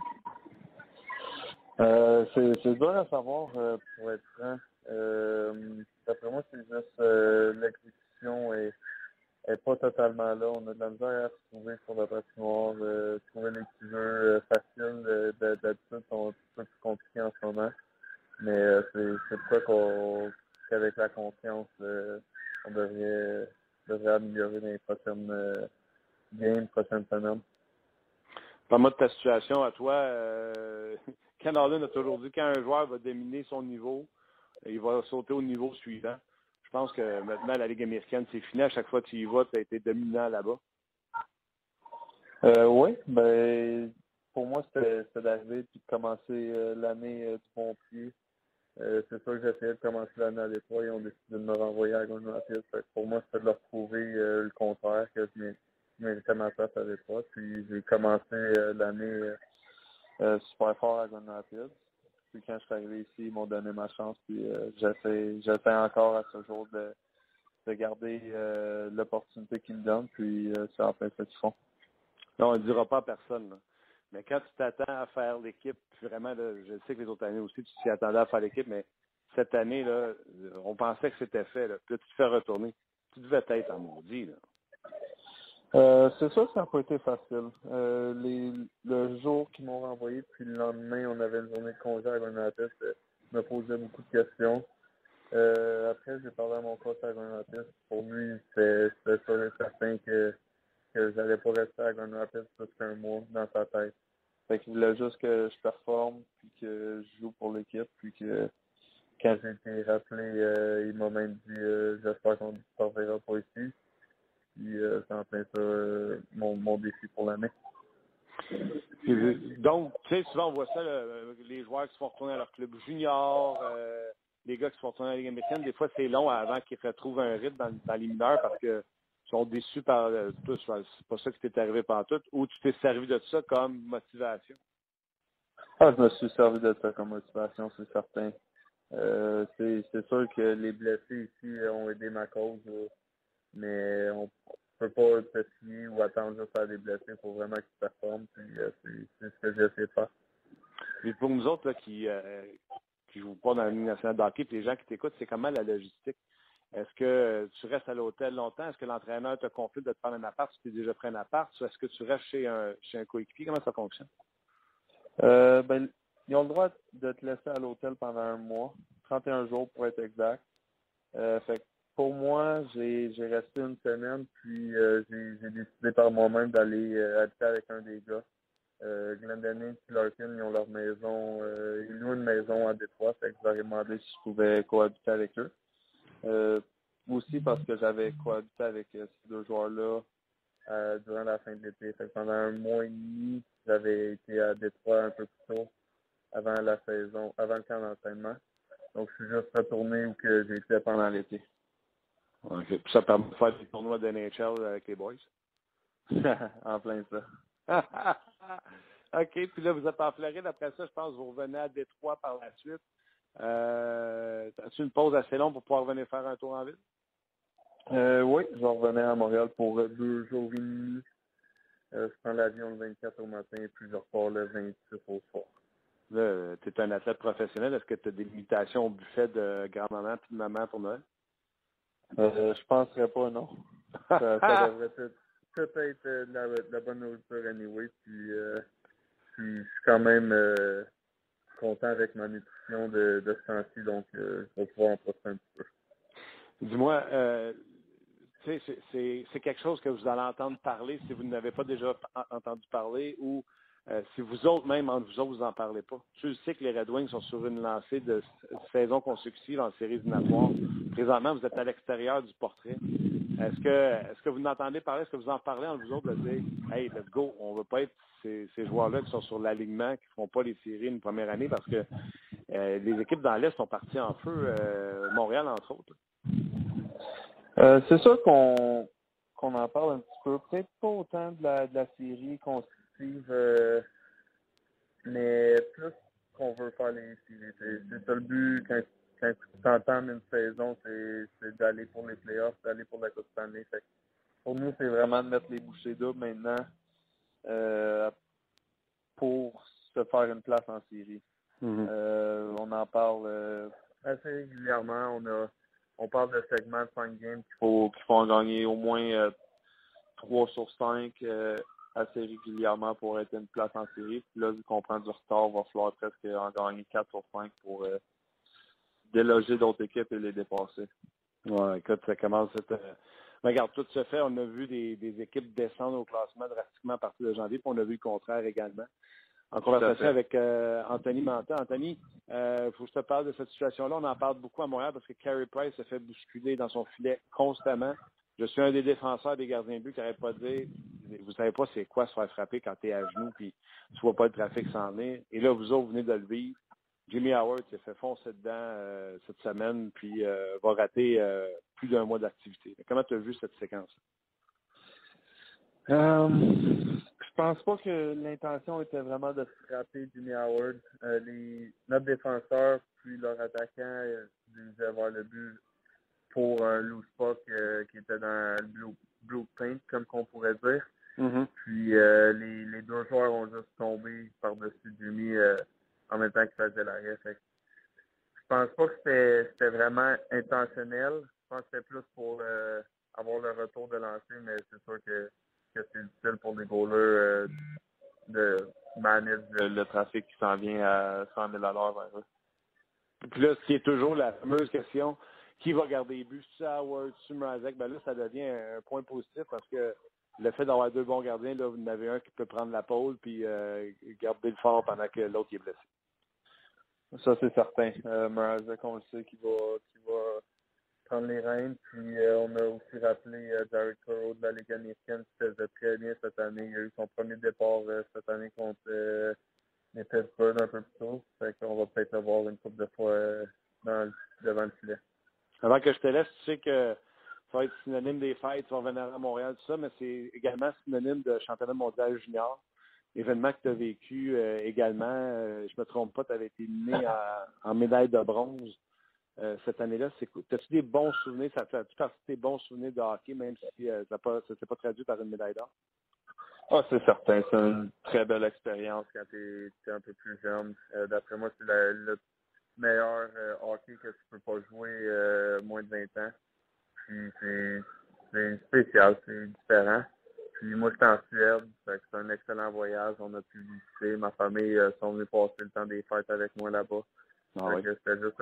C'est dur à savoir, pour être franc. D'après moi, c'est juste l'exécution est pas totalement là. On a de la misère à se trouver sur la patinoire. Trouver les petits jeux faciles d'habitude sont un petit peu plus compliqués en ce moment. Mais c'est pour ça qu'avec la confiance, on devrait améliorer dans les prochaines games, prochaines semaines. Parle-moi de ta situation à toi. Ken Holland a toujours dit que quand un joueur va dominer son niveau, il va sauter au niveau suivant. Je pense que maintenant, la Ligue américaine, c'est fini. À chaque fois que tu y vas, tu as été dominant là-bas. Oui, ben pour moi, c'était d'arriver et de commencer l'année du bon pied. C'est sûr que j'essayais de commencer l'année à Détroit et on a décidé de me renvoyer à Grand Rapids. Pour moi, c'était de leur prouver le contraire, que je méritais ma place à Détroit. Puis j'ai commencé l'année super fort à Grand Rapids. Puis quand je suis arrivé ici, ils m'ont donné ma chance. Puis j'essaie encore à ce jour de garder l'opportunité qu'ils me donnent. Puis c'est en fait ce qu'ils font. Non, on ne le dira pas à personne, là. Mais quand tu t'attends à faire l'équipe, vraiment, là, je sais que les autres années aussi, tu t'y attendais à faire l'équipe, mais cette année, là, on pensait que c'était fait. Là. Puis là, tu te fais retourner. Tu devais être en maudit. Là. C'est sûr que ça n'a pas été facile. Le jour qu'ils m'ont renvoyé, puis le lendemain, on avait une journée de congé à Grand Rapids. Me posait beaucoup de questions. Après, j'ai parlé à mon coach à Grand Rapids. Pour lui, c'était sûr et certain que j'allais pas rester à Grand Rapids plus qu'un mois dans sa tête. Fait qu'il voulait juste que je performe, puis que je joue pour l'équipe, puis que quand j'ai été rappelé, il m'a même dit j'espère qu'on ne sortira pas ici. Puis c'est en plein ça mon défi pour l'année. Donc, tu sais, souvent on voit ça, les joueurs qui se font retourner à leur club junior, les gars qui se font retourner à la Ligue américaine, des fois c'est long avant qu'ils retrouvent un rythme dans les mineurs parce que ils sont déçus par tout. C'est pas ça qui t'est arrivé pendant tout, ou tu t'es servi de ça comme motivation? Ah, je me suis servi de ça comme motivation, c'est certain. C'est sûr que les blessés ici ont aidé ma cause, mais on peut pas se fier ou attendre juste à des blessés. Il faut vraiment qu'ils performent. Puis, c'est ce que j'ai essayé de faire. Et pour nous autres là, qui jouent pas dans la Ligue nationale de hockey, puis les gens qui t'écoutent, c'est comment la logistique? Est-ce que tu restes à l'hôtel longtemps? Est-ce que l'entraîneur te confie de te prendre un appart si tu es déjà pris un appart? Ou est-ce que tu restes chez un coéquipier? Comment ça fonctionne? Ils ont le droit de te laisser à l'hôtel pendant un mois, 31 jours pour être exact. Fait que pour moi, j'ai resté une semaine, puis j'ai décidé par moi-même d'aller habiter avec un des gars. Glendening et Larkin, ils ont leur maison, ils louent une maison à Détroit, fait que je leur ai demandé si je pouvais cohabiter avec eux. Aussi parce que j'avais cohabité avec ces deux joueurs-là durant la fin de l'été. Fait que pendant un mois et demi, j'avais été à Détroit un peu plus tôt avant la saison, avant le camp d'entraînement. Donc je suis juste retourné où que j'étais pendant l'été. OK. Puis ça permet de faire des tournois de NHL avec les boys? En plein ça. OK. Puis là, vous êtes en Floride. Après ça, je pense que vous revenez à Détroit par la suite. As-tu une pause assez longue pour pouvoir revenir faire un tour en ville? Oui, je vais revenir à Montréal pour 2 jours et demi. Je prends l'avion le 24 au matin et puis je repars le 26 au soir. Là, tu es un athlète professionnel. Est-ce que tu as des limitations au buffet de grand-maman et de maman pour Noël? Je penserais pas, non. Ça devrait peut-être de la bonne nourriture anyway. Puis je suis quand même content avec ma nutrition de ce temps-ci, donc je vais pouvoir en profiter un petit peu. Dis-moi, tu sais, c'est quelque chose que vous allez entendre parler si vous n'avez pas déjà entendu parler ou si vous autres, même entre vous autres, vous n'en parlez pas. Tu sais que les Red Wings sont sur une lancée de saison consécutive en séries éliminatoires. Présentement, vous êtes à l'extérieur du portrait. Est-ce que vous n'entendez parler, est-ce que vous en parlez entre vous autres de dire hey, let's go, on ne veut pas être ces joueurs-là qui sont sur l'alignement, qui ne feront pas les séries une première année parce que les équipes dans l'Est sont parties en feu, Montréal entre autres. C'est sûr qu'on en parle un petit peu, peut-être pas autant de la série consécutive, mais plus qu'on veut faire les séries. C'est ça le but quand tu t'entends une saison, c'est d'aller pour les playoffs, d'aller pour la Coupe Stanley. Fait que pour nous, c'est vraiment de mettre les bouchées doubles maintenant pour se faire une place en série. Mm-hmm. On en parle assez régulièrement. On parle de segments de 5 games qu'il faut en gagner au moins 3 sur 5 assez régulièrement pour être une place en série. Puis là, vu qu'on prend du retard, il va falloir presque en gagner 4 sur 5 pour déloger d'autres équipes et les dépasser. Ouais, écoute, ça commence à être... Regarde, tout se fait. On a vu des équipes descendre au classement drastiquement à partir de janvier, puis on a vu le contraire également. En conversation avec Anthony Manta. Anthony, faut que je te parle de cette situation-là. On en parle beaucoup à Montréal parce que Carey Price se fait bousculer dans son filet constamment. Je suis un des défenseurs des gardiens de but qui n'arrête pas de dire vous savez pas c'est quoi se faire frapper quand tu es à genoux puis tu vois pas le trafic s'en venir. Et là, vous autres, vous venez de le vivre. Jimmy Howard s'est fait foncer dedans cette semaine puis va rater plus d'1 mois d'activité. Comment tu as vu cette séquence? Je pense pas que l'intention était vraiment de frapper Jimmy Howard. Notre défenseur puis leur attaquant dirigeaient vers le but pour un loose puck qui était dans le blue paint, comme qu'on pourrait dire. Mm-hmm. Puis les 2 joueurs ont juste tombé par-dessus Jimmy en même temps qu'il faisait l'arrêt. Fait que je pense pas que c'était vraiment intentionnel. Je pense que c'était plus pour avoir le retour de lancer, mais c'est sûr que c'est difficile pour les goalers de manager le trafic qui s'en vient à 100 000 à l'heure vers eux. Puis là, ce qui est toujours la fameuse question, qui va garder les buts? C'est Howard, c'est Mrazek? Ben là, ça devient un point positif parce que le fait d'avoir 2 bons gardiens, là, vous en avez un qui peut prendre la pôle puis garder le fort pendant que l'autre est blessé. Ça, c'est certain. Mrazek, on le sait qu'il va prendre les rênes. Puis on a aussi rappelé Jared Toro de la Ligue américaine qui faisait très bien cette année. Il a eu son premier départ cette année contre les Pittsburgh un peu plus tôt. Fait qu'on va peut-être le voir une couple de fois devant le filet. Avant que je te laisse, tu sais que ça va être synonyme des fêtes, tu vas revenir à Montréal, tout ça, mais c'est également synonyme de championnat mondial junior. Événement que tu as vécu également. Je me trompe pas, tu avais été né en médaille de bronze cette année-là. As-tu des bons souvenirs? Ça fait tout partie de tes bons souvenirs de hockey, même si ça ne s'est pas traduit par une médaille d'or? Ah, c'est certain. C'est une très belle expérience quand tu es un peu plus jeune. D'après moi, c'est le meilleur hockey que tu peux pas jouer moins de 20 ans. Puis c'est spécial, c'est différent. Puis moi, j'étais en Suède, fait que c'est un excellent voyage. On a pu visiter. Ma famille sont venus passer le temps des fêtes avec moi là-bas. C'était juste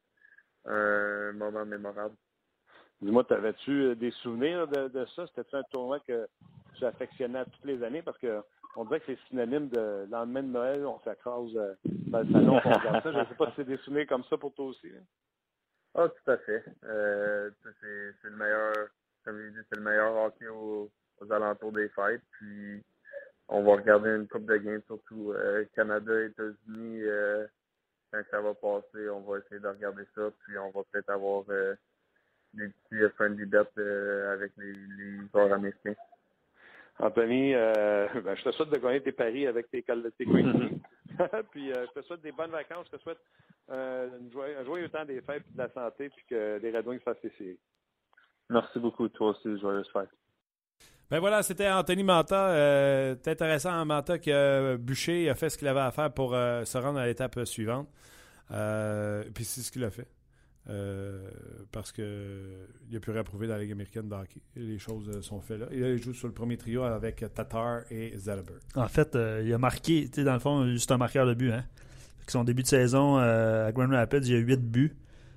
un moment mémorable. Dis-moi, t'avais-tu des souvenirs de ça? C'était-tu un tournoi que tu affectionnais toutes les années? Parce que on dirait que c'est synonyme de lendemain de Noël, on s'accroche dans le salon, on regarde ça. Je ne sais pas si c'est des souvenirs comme ça pour toi aussi. Hein? Ah, tout à fait. C'est le meilleur, comme je dis, c'est le meilleur hockey aux alentours des fêtes. Puis on va regarder une coupe de games, surtout Canada, États-Unis. Quand ça va passer, on va essayer de regarder ça. Puis on va peut-être avoir des petits friendly bets avec les joueurs américains. Anthony, je te souhaite de gagner tes paris avec tes coéquipiers. Puis je te souhaite des bonnes vacances. Je te souhaite un joyeux temps des fêtes, de la santé, puis que les Red Wings fassent les séries. Merci beaucoup, toi aussi. Joyeuse fête. Ben voilà, c'était Anthony Mantha. C'est intéressant, Mantha, que Boucher a fait ce qu'il avait à faire pour se rendre à l'étape suivante. Puis c'est ce qu'il a fait. Parce qu'il n'a plus rien à prouver dans la Ligue américaine de hockey. Les choses sont faites là. Il joue sur le premier trio avec Tatar et Zetterberg. En fait, il a marqué, tu sais, dans le fond, juste un marqueur de but. Hein. Son début de saison à Grand Rapids, il y a 8 buts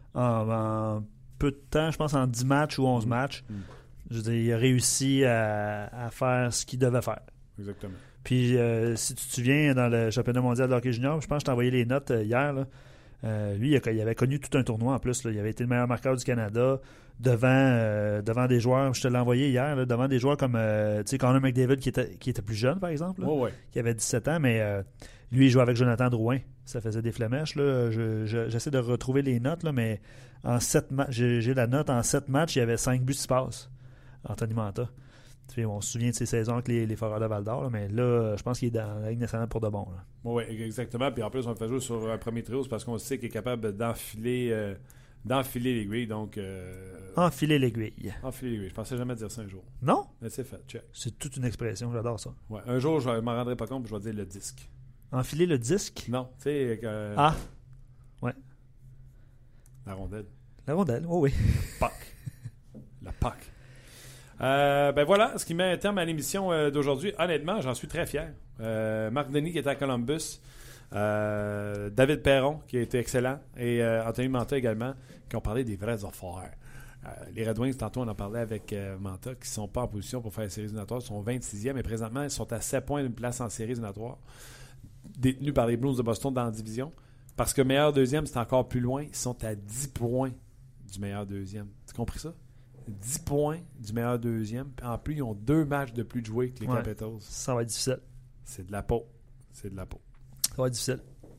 en peu de temps, je pense en 10 matchs ou 11 matchs. Je veux dire, il a réussi à faire ce qu'il devait faire. Exactement. Puis, si tu te souviens, dans le championnat mondial de hockey junior, je pense que je t'ai envoyé les notes hier, là. Lui, il avait connu tout un tournoi en plus. Là. Il avait été le meilleur marqueur du Canada devant des joueurs. Je te l'ai envoyé hier, là, devant des joueurs comme Connor McDavid qui était plus jeune, par exemple, là, qui avait 17 ans, mais lui, il jouait avec Jonathan Drouin. Ça faisait des flamèches. Là. J'essaie de retrouver les notes, là, mais en 7 matchs, j'ai la note. En 7 matchs, il y avait 5 buts de passe. Anthony Mantha. On se souvient de ses saisons avec les Foreurs de Val-d'Or, là, mais là, je pense qu'il est dans la Ligue nationale pour de bon. Oui, exactement. Puis en plus, on le fait jouer sur un premier trio, c'est parce qu'on sait qu'il est capable d'enfiler l'aiguille. Donc, enfiler l'aiguille. Enfiler l'aiguille. Je pensais jamais dire ça un jour. Non? Mais c'est fait. Check. C'est toute une expression. J'adore ça. Ouais. Un jour, je ne m'en rendrai pas compte, je vais dire le disque. Enfiler le disque? Non. Tu sais. Ouais. La rondelle. La rondelle, oui. PAC. La PAC. Ben voilà, ce qui met un terme à l'émission d'aujourd'hui. Honnêtement, j'en suis très fier. Marc Denis qui est à Columbus, David Perron qui a été excellent et Anthony Mantha également qui ont parlé des vraies affaires. Les Red Wings, tantôt on en parlait avec Mantha, qui ne sont pas en position pour faire les séries éliminatoires, ils sont 26e et présentement ils sont à 7 points d'une place en séries éliminatoires, détenus par les Blues de Boston dans la division. Parce que meilleur deuxième, c'est encore plus loin. Ils sont à 10 points du meilleur deuxième. Tu as compris ça? 10 points du meilleur deuxième. En plus, ils ont 2 matchs de plus de jouer que les Capitals. Ça va être difficile. C'est de la peau. C'est de la peau. Ça va être difficile.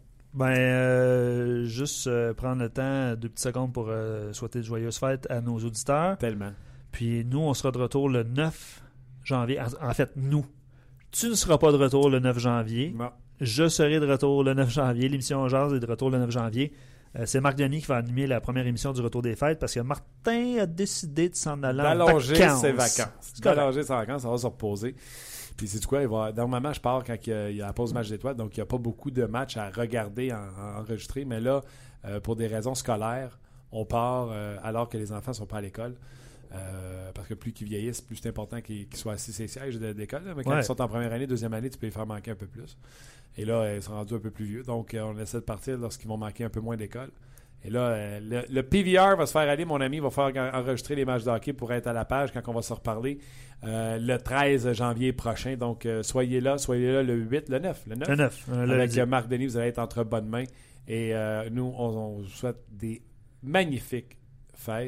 Juste prendre le temps, 2 petites secondes pour souhaiter de joyeuses fêtes à nos auditeurs. Tellement. Puis nous, on sera de retour le 9 janvier. En fait, nous. Tu ne seras pas de retour le 9 janvier. Non. Je serai de retour le 9 janvier. L'émission Jazz est de retour le 9 janvier. C'est Marc Denis qui va animer la première émission du Retour des Fêtes parce que Martin a décidé de s'en aller en vacances. Ses vacances. D'allonger ses vacances, ça va se reposer. Puis c'est quoi? Normalement, je pars quand il y a la pause match d'étoiles, donc il n'y a pas beaucoup de matchs à regarder, enregistrer. Mais là, pour des raisons scolaires, on part alors que les enfants ne sont pas à l'école. Parce que plus qu'ils vieillissent, plus c'est important qu'ils soient assis sur les sièges d'école. Mais quand ils sont en première année, deuxième année, tu peux les faire manquer un peu plus. Et là, ils sont rendus un peu plus vieux. Donc, on essaie de partir lorsqu'ils vont manquer un peu moins d'école. Et là, le PVR va se faire aller, mon ami. Il va faire enregistrer les matchs de hockey pour être à la page quand on va se reparler le 13 janvier prochain. Donc, soyez là le 8, le 9. Le 9. Avec Marc Denis, vous allez être entre bonnes mains. Et nous, on vous souhaite des magnifiques fêtes.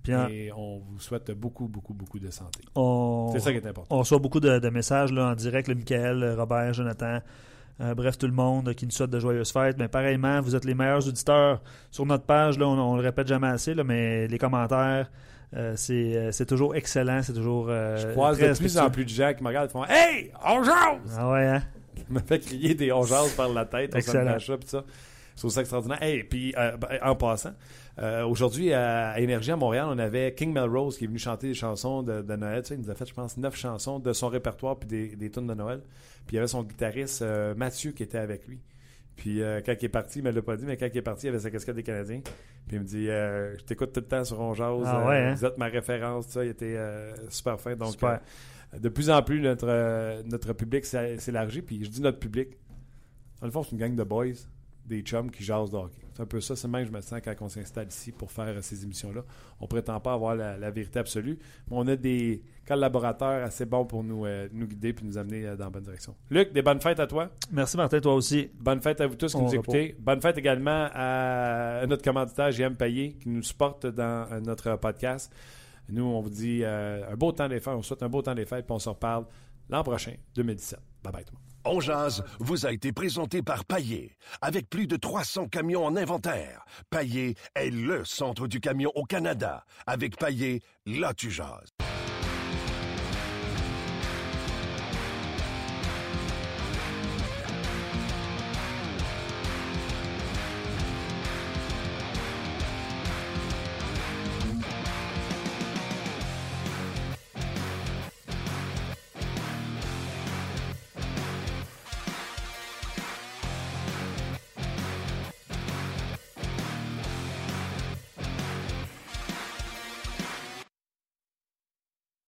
Et on vous souhaite beaucoup, beaucoup, beaucoup de santé. C'est ça qui est important. On reçoit beaucoup de messages là, en direct, le Michael, Robert, Jonathan, bref, tout le monde qui nous souhaite de joyeuses fêtes. Mais pareillement, vous êtes les meilleurs auditeurs sur notre page. Là, on le répète jamais assez, là, mais les commentaires, c'est toujours excellent. C'est toujours. Je croise de plus en plus de gens qui me regardent et font « Hey, on jase! » Ah ouais, hein? me fait crier des on jase par la tête. Excellent. Ça, puis ça. Je trouve ça extraordinaire. Hey, puis en passant, aujourd'hui à Énergie à Montréal, on avait King Melrose qui est venu chanter des chansons de Noël. Tu sais, il nous a fait, je pense, 9 chansons de son répertoire puis des tunes de Noël. Puis il y avait son guitariste Mathieu qui était avec lui. Puis quand il est parti, il ne me l'a pas dit, mais quand il est parti, il avait sa casquette des Canadiens. Puis il me dit je t'écoute tout le temps sur On Jase. Vous êtes ma référence. Ça, il était super fin. Donc, de plus en plus, notre public s'élargit. Puis je dis notre public. Dans le fond, c'est une gang de boys, des chums qui jasent de hockey. C'est un peu ça. C'est même que je me sens quand on s'installe ici pour faire ces émissions-là. On ne prétend pas avoir la vérité absolue, mais on a des collaborateurs assez bons pour nous guider et nous amener dans la bonne direction. Luc, des bonnes fêtes à toi. Merci Martin, toi aussi. Bonne fête à vous tous qui nous écoutez. Bonne fête également à notre commanditaire JM Payé qui nous supporte dans notre podcast. Nous, on vous dit un beau temps des fêtes. On vous souhaite un beau temps des fêtes puis on se reparle l'an prochain, 2017. Bye-bye tout le monde. On Jase vous a été présenté par Payé. Avec plus de 300 camions en inventaire, Payé est le centre du camion au Canada. Avec Payé, là tu jases.